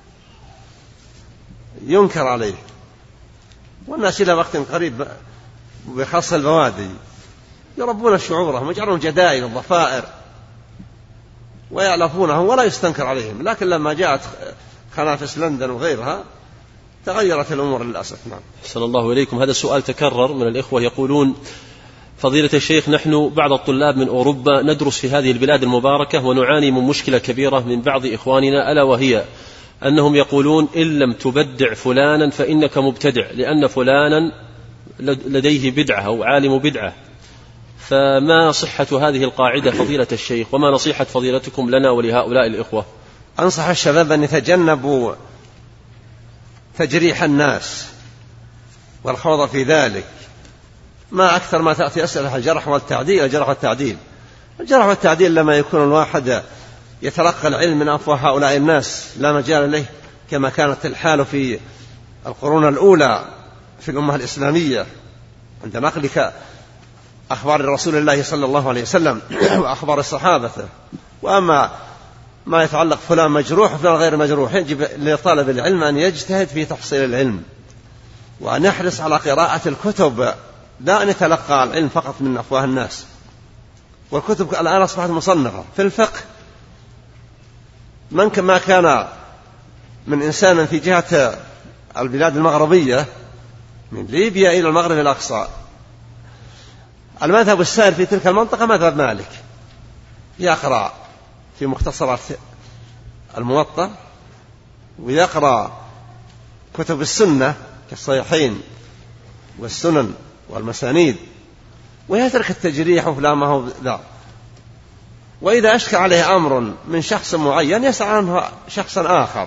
ينكر عليه، والناس إلى وقت قريب بخاصة البوادي يربون شعورهم ويجعلون جدائل الضفائر ويعلفونهم ولا يستنكر عليهم، لكن لما جاءت خنافس لندن وغيرها تغيرت الأمور للأسف. نعم. أحسن الله إليكم. هذا السؤال تكرر من الإخوة، يقولون فضيلة الشيخ نحن بعض الطلاب من أوروبا ندرس في هذه البلاد المباركة ونعاني من مشكلة كبيرة من بعض إخواننا، ألا وهي أنهم يقولون إن لم تبدع فلانا فإنك مبتدع، لأن فلانا لديه بدعة أو عالم بدعة، فما صحة هذه القاعدة فضيلة الشيخ، وما نصيحة فضيلتكم لنا ولهؤلاء الإخوة؟ أنصح الشباب أن يتجنبوا تجريح الناس والخوض في ذلك، ما أكثر ما تأتي أسئلة الجرح والتعديل. الجرح والتعديل الجرح والتعديل لما يكون الواحد يتلقى العلم من أفواه هؤلاء الناس لا مجال له، كما كانت الحال في القرون الأولى في الأمة الإسلامية عند نقلك أخبار رسول الله صلى الله عليه وسلم وأخبار الصحابة. وأما ما يتعلق فلان مجروح وفلان غير مجروح، يجب لطالب العلم أن يجتهد في تحصيل العلم وأن يحرص على قراءة الكتب، لا أن يتلقى العلم فقط من أفواه الناس. والكتب الآن أصبحت مصنفة في الفقه، من كما كان من إنسان في جهة البلاد المغربية من ليبيا إلى المغرب الأقصى، المذهب السائر في تلك المنطقة مذهب مالك، يقرأ في مختصرات الموطأ ويقرأ كتب السنة كالصحيحين والسنن والمسانيد، ويترك التجريح وفلا ما هو ذا. وإذا أشكل عليه أمر من شخص معين يسأل عنه شخصا آخر،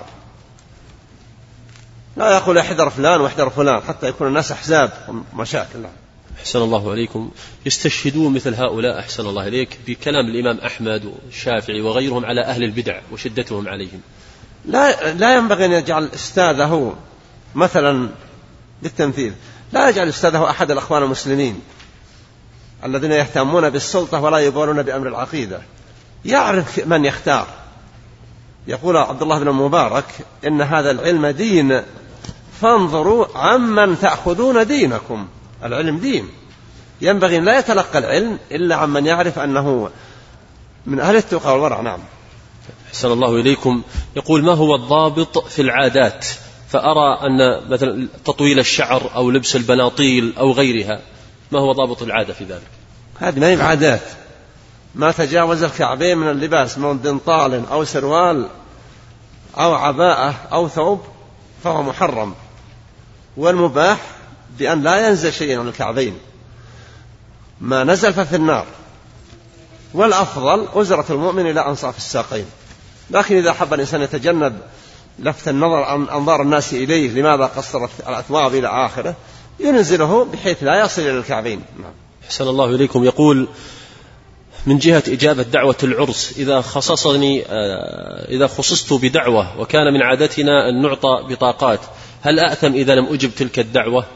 لا يقول احذر فلان واحذر فلان حتى يكون الناس أحزاب ومشاكل. أحسن الله عليكم. يستشهدون مثل هؤلاء أحسن الله عليك بكلام الإمام أحمد والشافعي وغيرهم على أهل البدع وشدتهم عليهم. لا, لا ينبغي أن يجعل أستاذه مثلا بالتمثيل، لا يجعل أستاذه أحد الأخوان المسلمين الذين يهتمون بالسلطة ولا يبالون بأمر العقيدة، يعرف من يختار. يقول عبد الله بن المبارك إن هذا العلم دين فانظروا عمن تأخذون دينكم. العلم دين، ينبغي أن لا يتلقى العلم إلا عمن يعرف أنه من أهل التقى والورع. نعم. أحسن الله إليكم. يقول ما هو الضابط في العادات؟ فأرى أن مثلا تطويل الشعر أو لبس البناطيل أو غيرها، ما هو ضابط العادة في ذلك؟ هذه ما هي بعادات، ما تجاوز الكعبين من اللباس من بنطال أو سروال أو عباءة أو ثوب فهو محرم، والمباح بأن لا ينزل شيء عن الكعبين، ما نزل ففي النار، والأفضل أزرة المؤمن إلى أنصاف الساقين. لكن إذا حب الإنسان يتجنب لفت النظر عن أنظار الناس إليه لماذا قصرت الأثواب إلى آخره، ينزله بحيث لا يصل إلى الكعبين. أحسن الله إليكم. يقول من جهة إجابة دعوة العرس، إذا خصصني إذا خصصت بدعوة وكان من عادتنا أن نعطى بطاقات، هل أأثم إذا لم أجب تلك الدعوة؟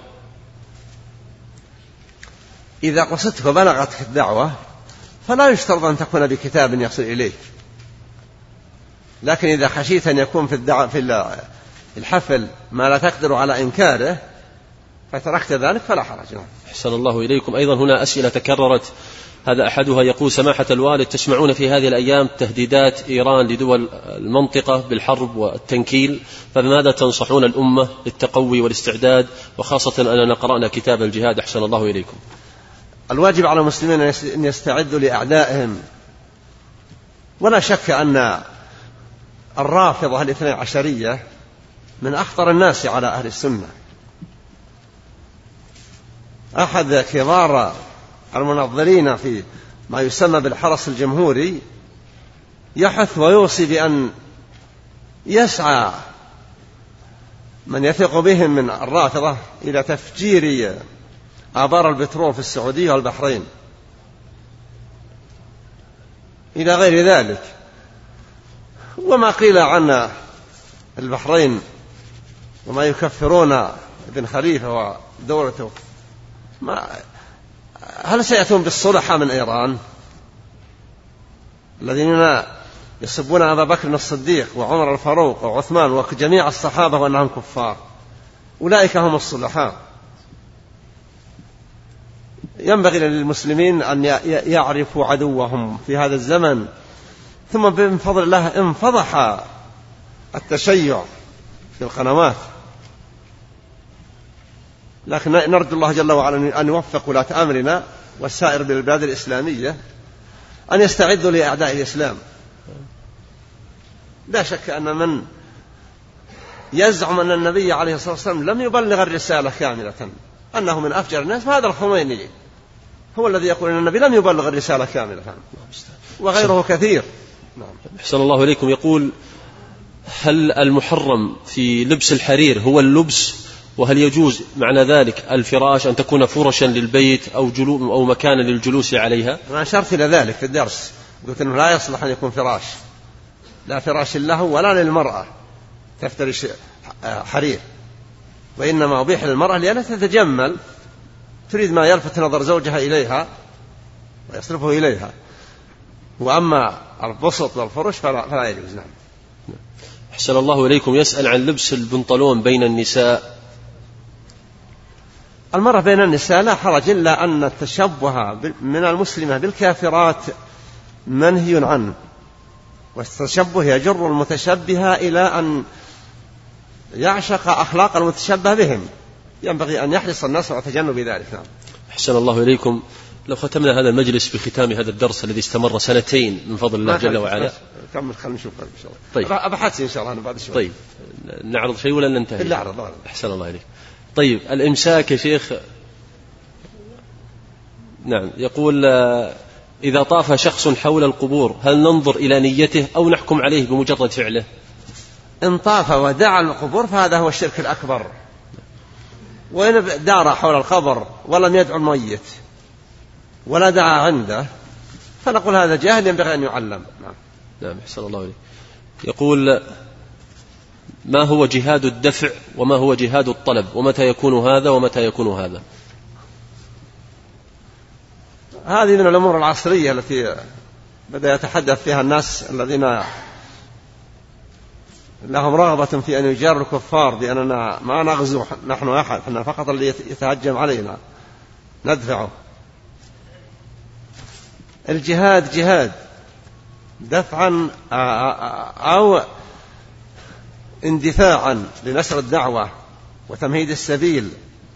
إذا قصدت وبلغتك الدعوة فلا يشترط أن تكون بكتاب يصل إليك، لكن إذا خشيت أن يكون في الدعوة في الحفل ما لا تقدر على إنكاره فتركت ذلك فلا حرج. أحسن الله إليكم. أيضا هنا أسئلة تكررت، هذا أحدها يقول سماحة الوالد تسمعون في هذه الأيام تهديدات إيران لدول المنطقة بالحرب والتنكيل، فماذا تنصحون الأمة للتقوي والاستعداد، وخاصة أننا قرأنا كتاب الجهاد؟ أحسن الله إليكم. الواجب على المسلمين أن يستعدوا لأعدائهم، ولا شك أن الرافضة الاثنى عشرية من أخطر الناس على أهل السنة. أحد كبار المنظرين في ما يسمى بالحرس الجمهوري يحث ويوصي بأن يسعى من يثق بهم من الرافضة إلى تفجير آبار البترول في السعودية والبحرين إلى غير ذلك. وما قيل عن البحرين وما يكفرون ابن خليفة ودولته، ما هل سيأتون بالصلحاء من إيران الذين يسبون أبا بكر الصديق وعمر الفاروق وعثمان وجميع الصحابة وأنهم كفار؟ أولئك هم الصلحاء. ينبغي للمسلمين أن يعرفوا عدوهم في هذا الزمن، ثم بفضل الله انفضح التشيع في القنوات، لكن نرجو الله جل وعلا أن يوفق ولاة أمرنا والسائر بالبلاد الإسلامية أن يستعدوا لأعداء الإسلام. لا شك أن من يزعم أن النبي عليه الصلاة والسلام لم يبلغ الرسالة كاملة أنه من أفجر الناس، فهذا الخميني هو الذي يقول أن النبي لم يبلغ الرسالة كاملة، وغيره كثير. أحسن الله إليكم. يقول هل المحرم في لبس الحرير هو اللبس، وهل يجوز معنى ذلك الفراش أن تكون فرشا للبيت أو, جلو أو مكانا للجلوس عليها؟ أنا أشرت إلى ذلك في الدرس، قلت أنه لا يصلح أن يكون فراش، لا فراش له ولا للمرأة تفترش حرير، وإنما أبيح للمرأة لأنها تتجمل، تريد ما يلفت نظر زوجها إليها ويصرفه إليها، وأما البسط والفرش فلا, فلا يجوز. نعم. أحسن الله إليكم. يسأل عن لبس البنطلون بين النساء. المرأة بين النساء لا حرج، إلا أن التشبه من المسلمة بالكافرات منهي عنه، والتشبه يجر المتشبه إلى أن يعشق أخلاق المتشبه بهم، ينبغي أن يحرص الناس على تجنب ذلك. نعم. أحسن الله إليكم. لو ختمنا هذا المجلس بختام هذا الدرس الذي استمر سنتين من فضل الله جل وعلا. كمل خلنا نشوف إن شاء الله. طيب. أبحث إن شاء الله أنا بعد شوي. طيب. نعرض شيء ولا ننتهي؟ لا عرض. أحسن الله إليك. طيب الإمساك يا شيخ. نعم. يقول إذا طاف شخص حول القبور هل ننظر إلى نيته أو نحكم عليه بمجرد فعله؟ إن طاف ودعا القبور فهذا هو الشرك الأكبر، وإن دار حول القبر ولم يدعو الميت ولا دعا عنده فنقول هذا جاهل ينبغي أن يعلم. نعم. نعم. أحسن الله إليك. يقول ما هو جهاد الدفع وما هو جهاد الطلب، ومتى يكون هذا ومتى يكون هذا؟ هذه من الأمور العصرية التي بدأ يتحدث فيها الناس الذين لهم رغبة في أن يجاروا الكفار بأننا ما نغزو نحن أحد، إحنا فقط اللي يتهجم علينا ندفعه. الجهاد جهاد دفعا أو اندفاعا لنشر الدعوة وتمهيد السبيل،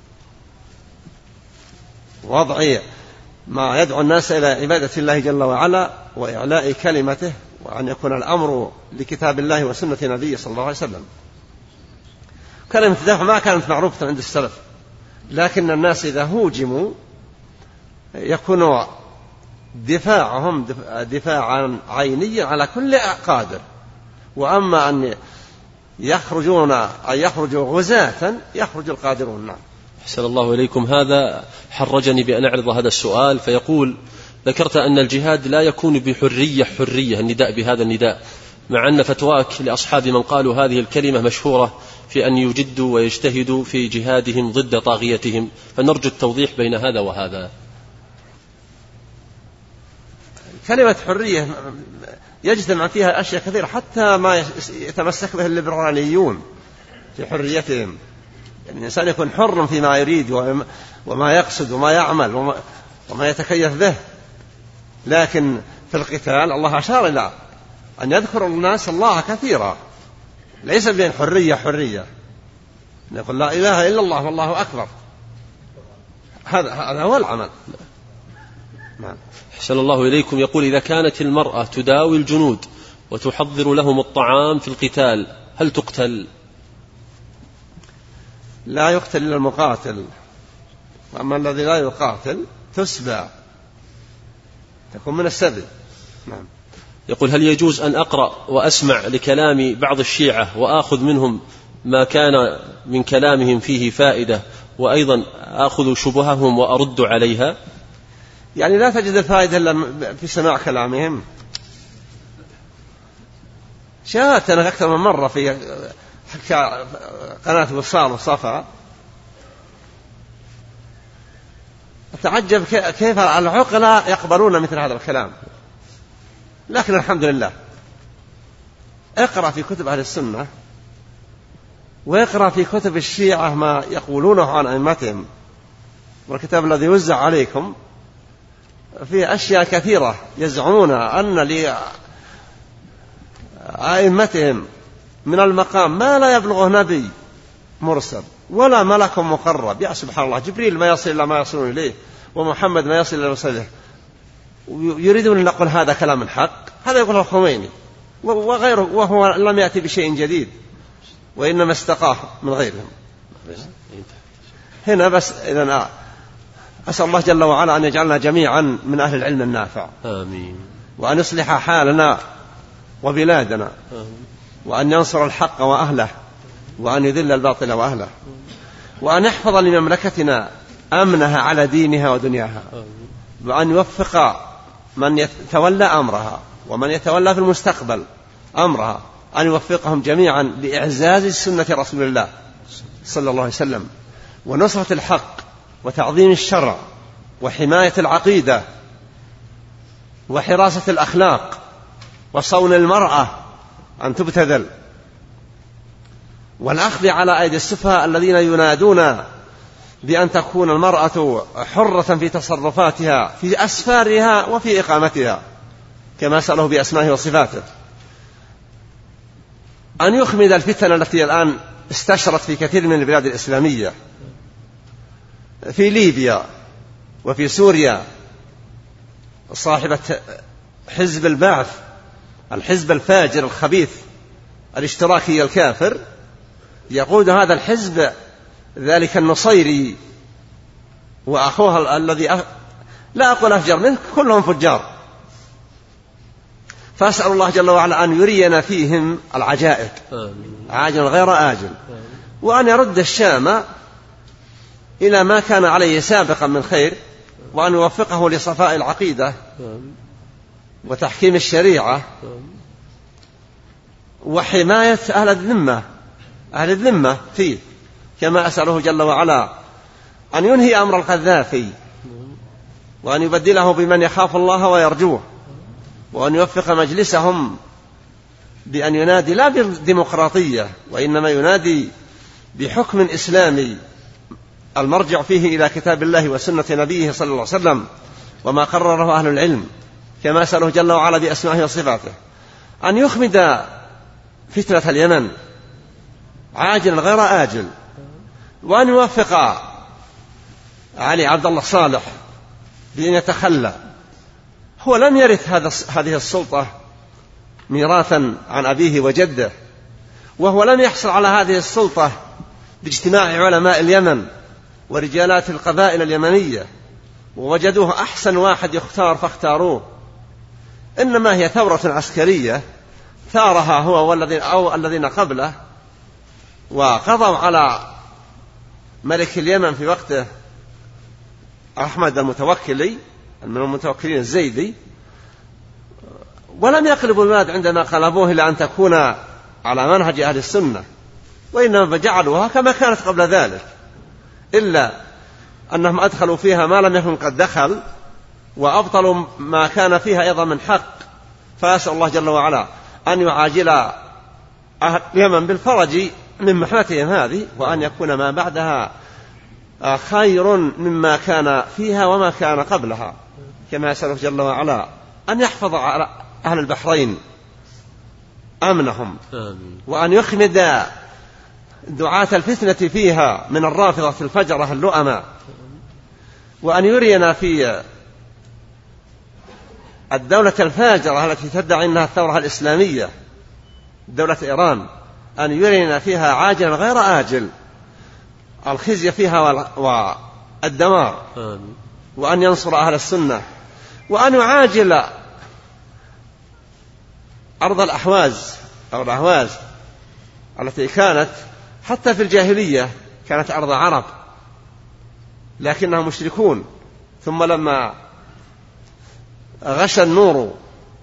وضع ما يدعو الناس إلى عبادة الله جل وعلا وإعلاء كلمته، وأن يكون الأمر لكتاب الله وسنة نبيه صلى الله عليه وسلم. كلمة الدفع ما كانت معروفة عند السلف، لكن الناس إذا هوجموا يكون دفاعهم دفاعا عينيا على كل قادر، وأما أن يخرجون أن يخرجوا غزاة يخرج القادرون. نعم. أحسن الله إليكم. هذا حرجني بأن أعرض هذا السؤال، فيقول: ذكرت أن الجهاد لا يكون بحرية حرية النداء بهذا النداء، مع أن فتواك لأصحاب من قالوا هذه الكلمة مشهورة في أن يجدوا ويجتهدوا في جهادهم ضد طاغيتهم، فنرجو التوضيح بين هذا وهذا. كلمة حرية يجتمع فيها أشياء كثيرة، حتى ما يتمسك به الليبراليون في حريتهم. يعني الإنسان يكون حر فيما يريد وما يقصد وما يعمل وما, وما يتكيف به، لكن في القتال الله أشار إلى أن يذكر الناس الله كثيرا، ليس بين حرية حرية، يقول لا إله إلا الله والله أكبر، هذا هذا هو العمل. نعم. أحسن الله إليكم. يقول: إذا كانت المرأة تداوي الجنود وتحضر لهم الطعام في القتال هل تقتل؟ لا يقتل إلا المقاتل، وأما الذي لا يقاتل تسبى، تكون من السبي. نعم. يقول: هل يجوز أن أقرأ وأسمع لكلام بعض الشيعة وآخذ منهم ما كان من كلامهم فيه فائدة، وأيضا آخذ شبههم وأرد عليها؟ يعني لا تجد الفائدة إلا في سماع كلامهم. شاهدتنا أكثر من مرة في قناة وصال وصفا، أتعجب كيف العقلاء يقبلون مثل هذا الكلام. لكن الحمد لله، اقرأ في كتب أهل السنة واقرأ في كتب الشيعة ما يقولونه عن أئمتهم، والكتاب الذي يوزع عليكم فيه أشياء كثيرة يزعمون أن لأئمتهم من المقام ما لا يبلغه نبي مرسل ولا ملك مقرب. يا سبحان الله، جبريل ما يصل إلى ما يصلون إليه، ومحمد ما يصل إلى رسوله، يريدون أن نقول هذا كلام حق. هذا يقوله الخميني وغيره، وهو لم يأتي بشيء جديد، وإنما استقاه من غيرهم. هنا بس إذن أسأل الله جل وعلا أن يجعلنا جميعا من أهل العلم النافع، آمين، وأن يصلح حالنا وبلادنا، آمين، وأن ينصر الحق وأهله، وأن يذل الباطل وأهله، وأن يحفظ لمملكتنا أمنها على دينها ودنياها، وأن يوفق من يتولى أمرها ومن يتولى في المستقبل أمرها، أن يوفقهم جميعا لإعزاز سنة رسول الله صلى الله عليه وسلم، ونصرة الحق، وتعظيم الشرع، وحماية العقيدة، وحراسة الأخلاق، وصون المرأة أن تبتذل، والأخذ على أيدي السفهاء الذين ينادون بأن تكون المرأة حرة في تصرفاتها في أسفارها وفي إقامتها كما سأله بأسمائه وصفاته، أن يخمد الفتن التي الآن استشرت في كثير من البلاد الإسلامية، في ليبيا وفي سوريا. صاحبة حزب البعث، الحزب الفاجر الخبيث الاشتراكي الكافر، يقود هذا الحزب ذلك النصيري وأخوها الذي أف... لا أقول أفجر منه، كلهم فجار. فأسأل الله جل وعلا أن يرينا فيهم العجائب عاجل غير آجل، وأن يرد الشام إلى ما كان عليه سابقا من خير، وأن يوفقه لصفاء العقيدة وتحكيم الشريعة وحماية أهل الذمة أهل الذمة فيه، كما أسأله جل وعلا أن ينهي أمر القذافي وأن يبدله بمن يخاف الله ويرجوه، وأن يوفق مجلسهم بأن ينادي لا بالديمقراطية، وإنما ينادي بحكم إسلامي المرجع فيه إلى كتاب الله وسنة نبيه صلى الله عليه وسلم وما قرره أهل العلم، كما أسأله جل وعلا بأسمائه وصفاته أن يخمد فتنة اليمن عاجلا غير آجل، وأن يوفق علي عبد الله صالح بأن يتخلى. هو لم يرث هذه السلطة ميراثا عن أبيه وجده، وهو لم يحصل على هذه السلطة باجتماع علماء اليمن ورجالات القبائل اليمنية ووجدوه أحسن واحد يختار فاختاروه، إنما هي ثورة عسكرية ثارها هو والذين أو الذين قبله، وقضوا على ملك اليمن في وقته أحمد المتوكلي من المتوكلين الزيدي، ولم يقلبوا البلاد عندما قلبوه إلى أن تكون على منهج أهل السنة، وإنما جعلوها كما كانت قبل ذلك، إلا أنهم أدخلوا فيها ما لم يكن قد دخل وأبطلوا ما كان فيها أيضا من حق. فأسأل الله جل وعلا أن يعاجل أهل اليمن بالفرج من محنتهم هذه، وأن يكون ما بعدها خير مما كان فيها وما كان قبلها، كما يسأله جل وعلا أن يحفظ على أهل البحرين أمنهم، وأن يخمد دعاة الفتنة فيها من الرافضة الفجرة اللؤماء، وأن يرينا في الدولة الفاجرة التي تدعي أنها الثورة الإسلامية دولة إيران، أن يرينا فيها عاجلا غير آجل الخزي فيها والدمار، وأن ينصر أهل السنة، وأن يعاجل أرض الأحواز أو الأهواز التي كانت حتى في الجاهلية كانت أرض عرب لكنهم مشركون، ثم لما غشى النور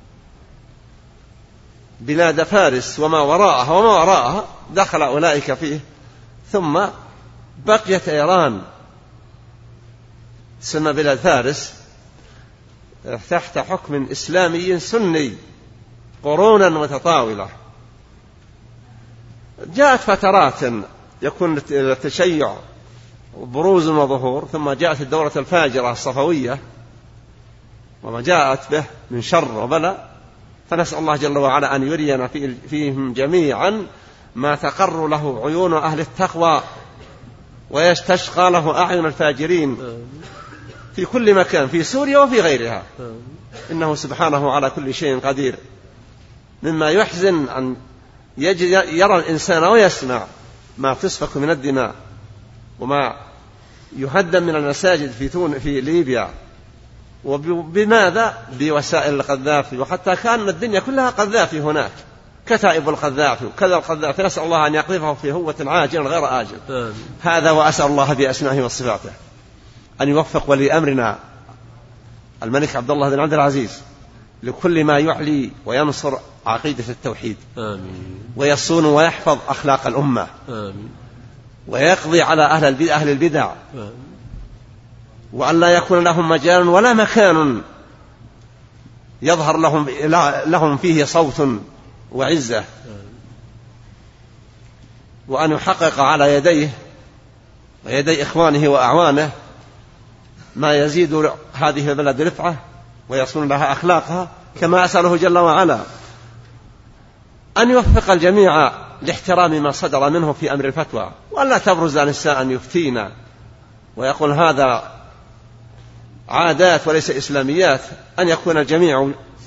بلاد فارس وما وراءها وما وراءها دخل أولئك فيه، ثم بقيت إيران تسمى بلاد فارس تحت حكم إسلامي سني قرونا متطاولة. جاءت فترات يكون التشيع بروز وظهور، ثم جاءت الدورة الفاجرة الصفوية وما جاءت به من شر وبلاء، فنسأل الله جل وعلا أن يرينا فيهم جميعا ما تقر له عيون أهل التقوى ويستشقى له أعين الفاجرين في كل مكان في سوريا وفي غيرها، إنه سبحانه على كل شيء قدير. مما يحزن أن يرى الإنسان ويسمع ما تسفك من الدماء وما يهدم من المساجد في تون في ليبيا، وبماذا؟ بوسائل القذافي، وحتى كان الدنيا كلها قذافي هناك، كتائب القذافي وكذا القذافي، نسأل الله أن يقذفه في هوة عاجل غير آجل. آمين. هذا وأسأل الله بأسمائه وصفاته أن يوفق ولي أمرنا الملك عبد الله بن عبد العزيز لكل ما يعلي وينصر عقيدة التوحيد. آمين. ويصون ويحفظ أخلاق الأمة. آمين. ويقضي على أهل أهل البدع. آمين. وأن لا يكون لهم مجال ولا مكان يظهر لهم لهم فيه صوت وعزة، وأن يحقق على يديه ويدي إخوانه وأعوانه ما يزيد هذه البلد رفعة ويصون لها أخلاقها، كما أسأله جل وعلا أن يوفق الجميع لاحترام ما صدر منه في أمر الفتوى، وأن لا تبرز نساء يفتينا ويقول هذا عادات وليس إسلاميات، أن يكون الجميع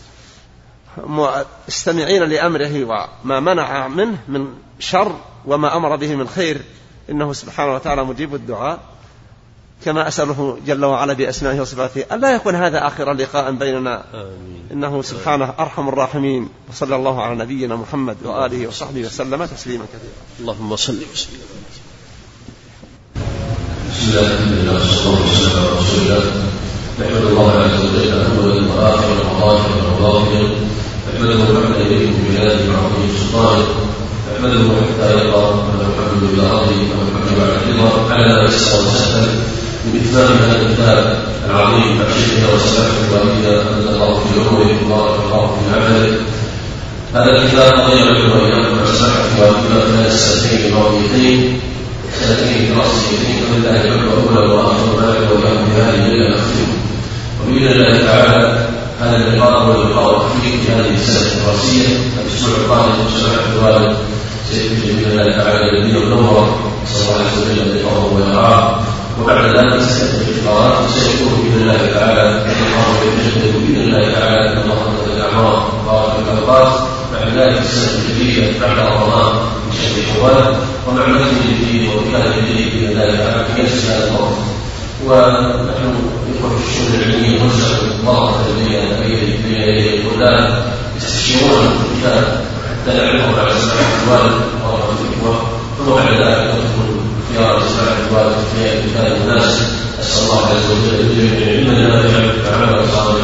مستمعين لأمره وما منع منه من شر وما أمر به من خير، إنه سبحانه وتعالى مجيب الدعاء، كما أسأله جل وعلا بأسمائه وصفاته أن لا يكون هذا آخر لقاء بيننا. آمين. إنه سبحانه أرحم الراحمين، وصلى الله على نبينا محمد وآله وصحبه وسلم تسليما كثيرا. اللهم صل وسلم. بسم الله الرحمن الرحيم، والصلاة والسلام على رسول الله. نحمد الله عز وجل أول وآخر وظاهر وباطن، نحمده ونحمد إليه بهذه العظيم سلطانه، نحمده حتى يرضى ونحمد إلى أرضه ونحمد على الرضا على ما يسر وسهل بإتمام هذا الكتاب العظيم مع شيخنا وسماحة والدنا أن الله في عمره وبارك الله في عمله. هذا الكتاب غير له وإياكم مع سماحة والدنا خلال السنتين الماضيتين سنتين دراسيتين فلله الحمد أولا وآخر ما وإياكم بهذه الليلة الأخيرة. وبإذن الله تعالى هذا اللقاء هو اللقاء الأخير في هذه السنة الدراسية. الأسبوع القادم سماحة الوالد سيكون بإذن الله تعالى النبي المنور صلى الله عليه وسلم لقاءه ويرعاه، وبعد ذلك سيأتي الإفطارات وسيكون بإذن الله تعالى الله يتجدد بإذن الله تعالى أن الله قد الأعمار وبارك الأوقات. بعد ذلك السنة الجديدة بعد رمضان من شهر شوال ومع مجد جديد وكان جديد بإذن الله تعالى في نفس هذا الوقت. ونحن يقول في الشؤون العلمية نرجع ورقة بين يدي الطلاب يستشيرون الكتاب حتى نعلمهم على سماحة الوالد ورقة الإخوة، ثم بعد ذلك تكون اختيار سماحة الوالد في الكتاب المناسب. أسأل الله عز وجل أن يجعل علمنا ويجعل عملا صالحا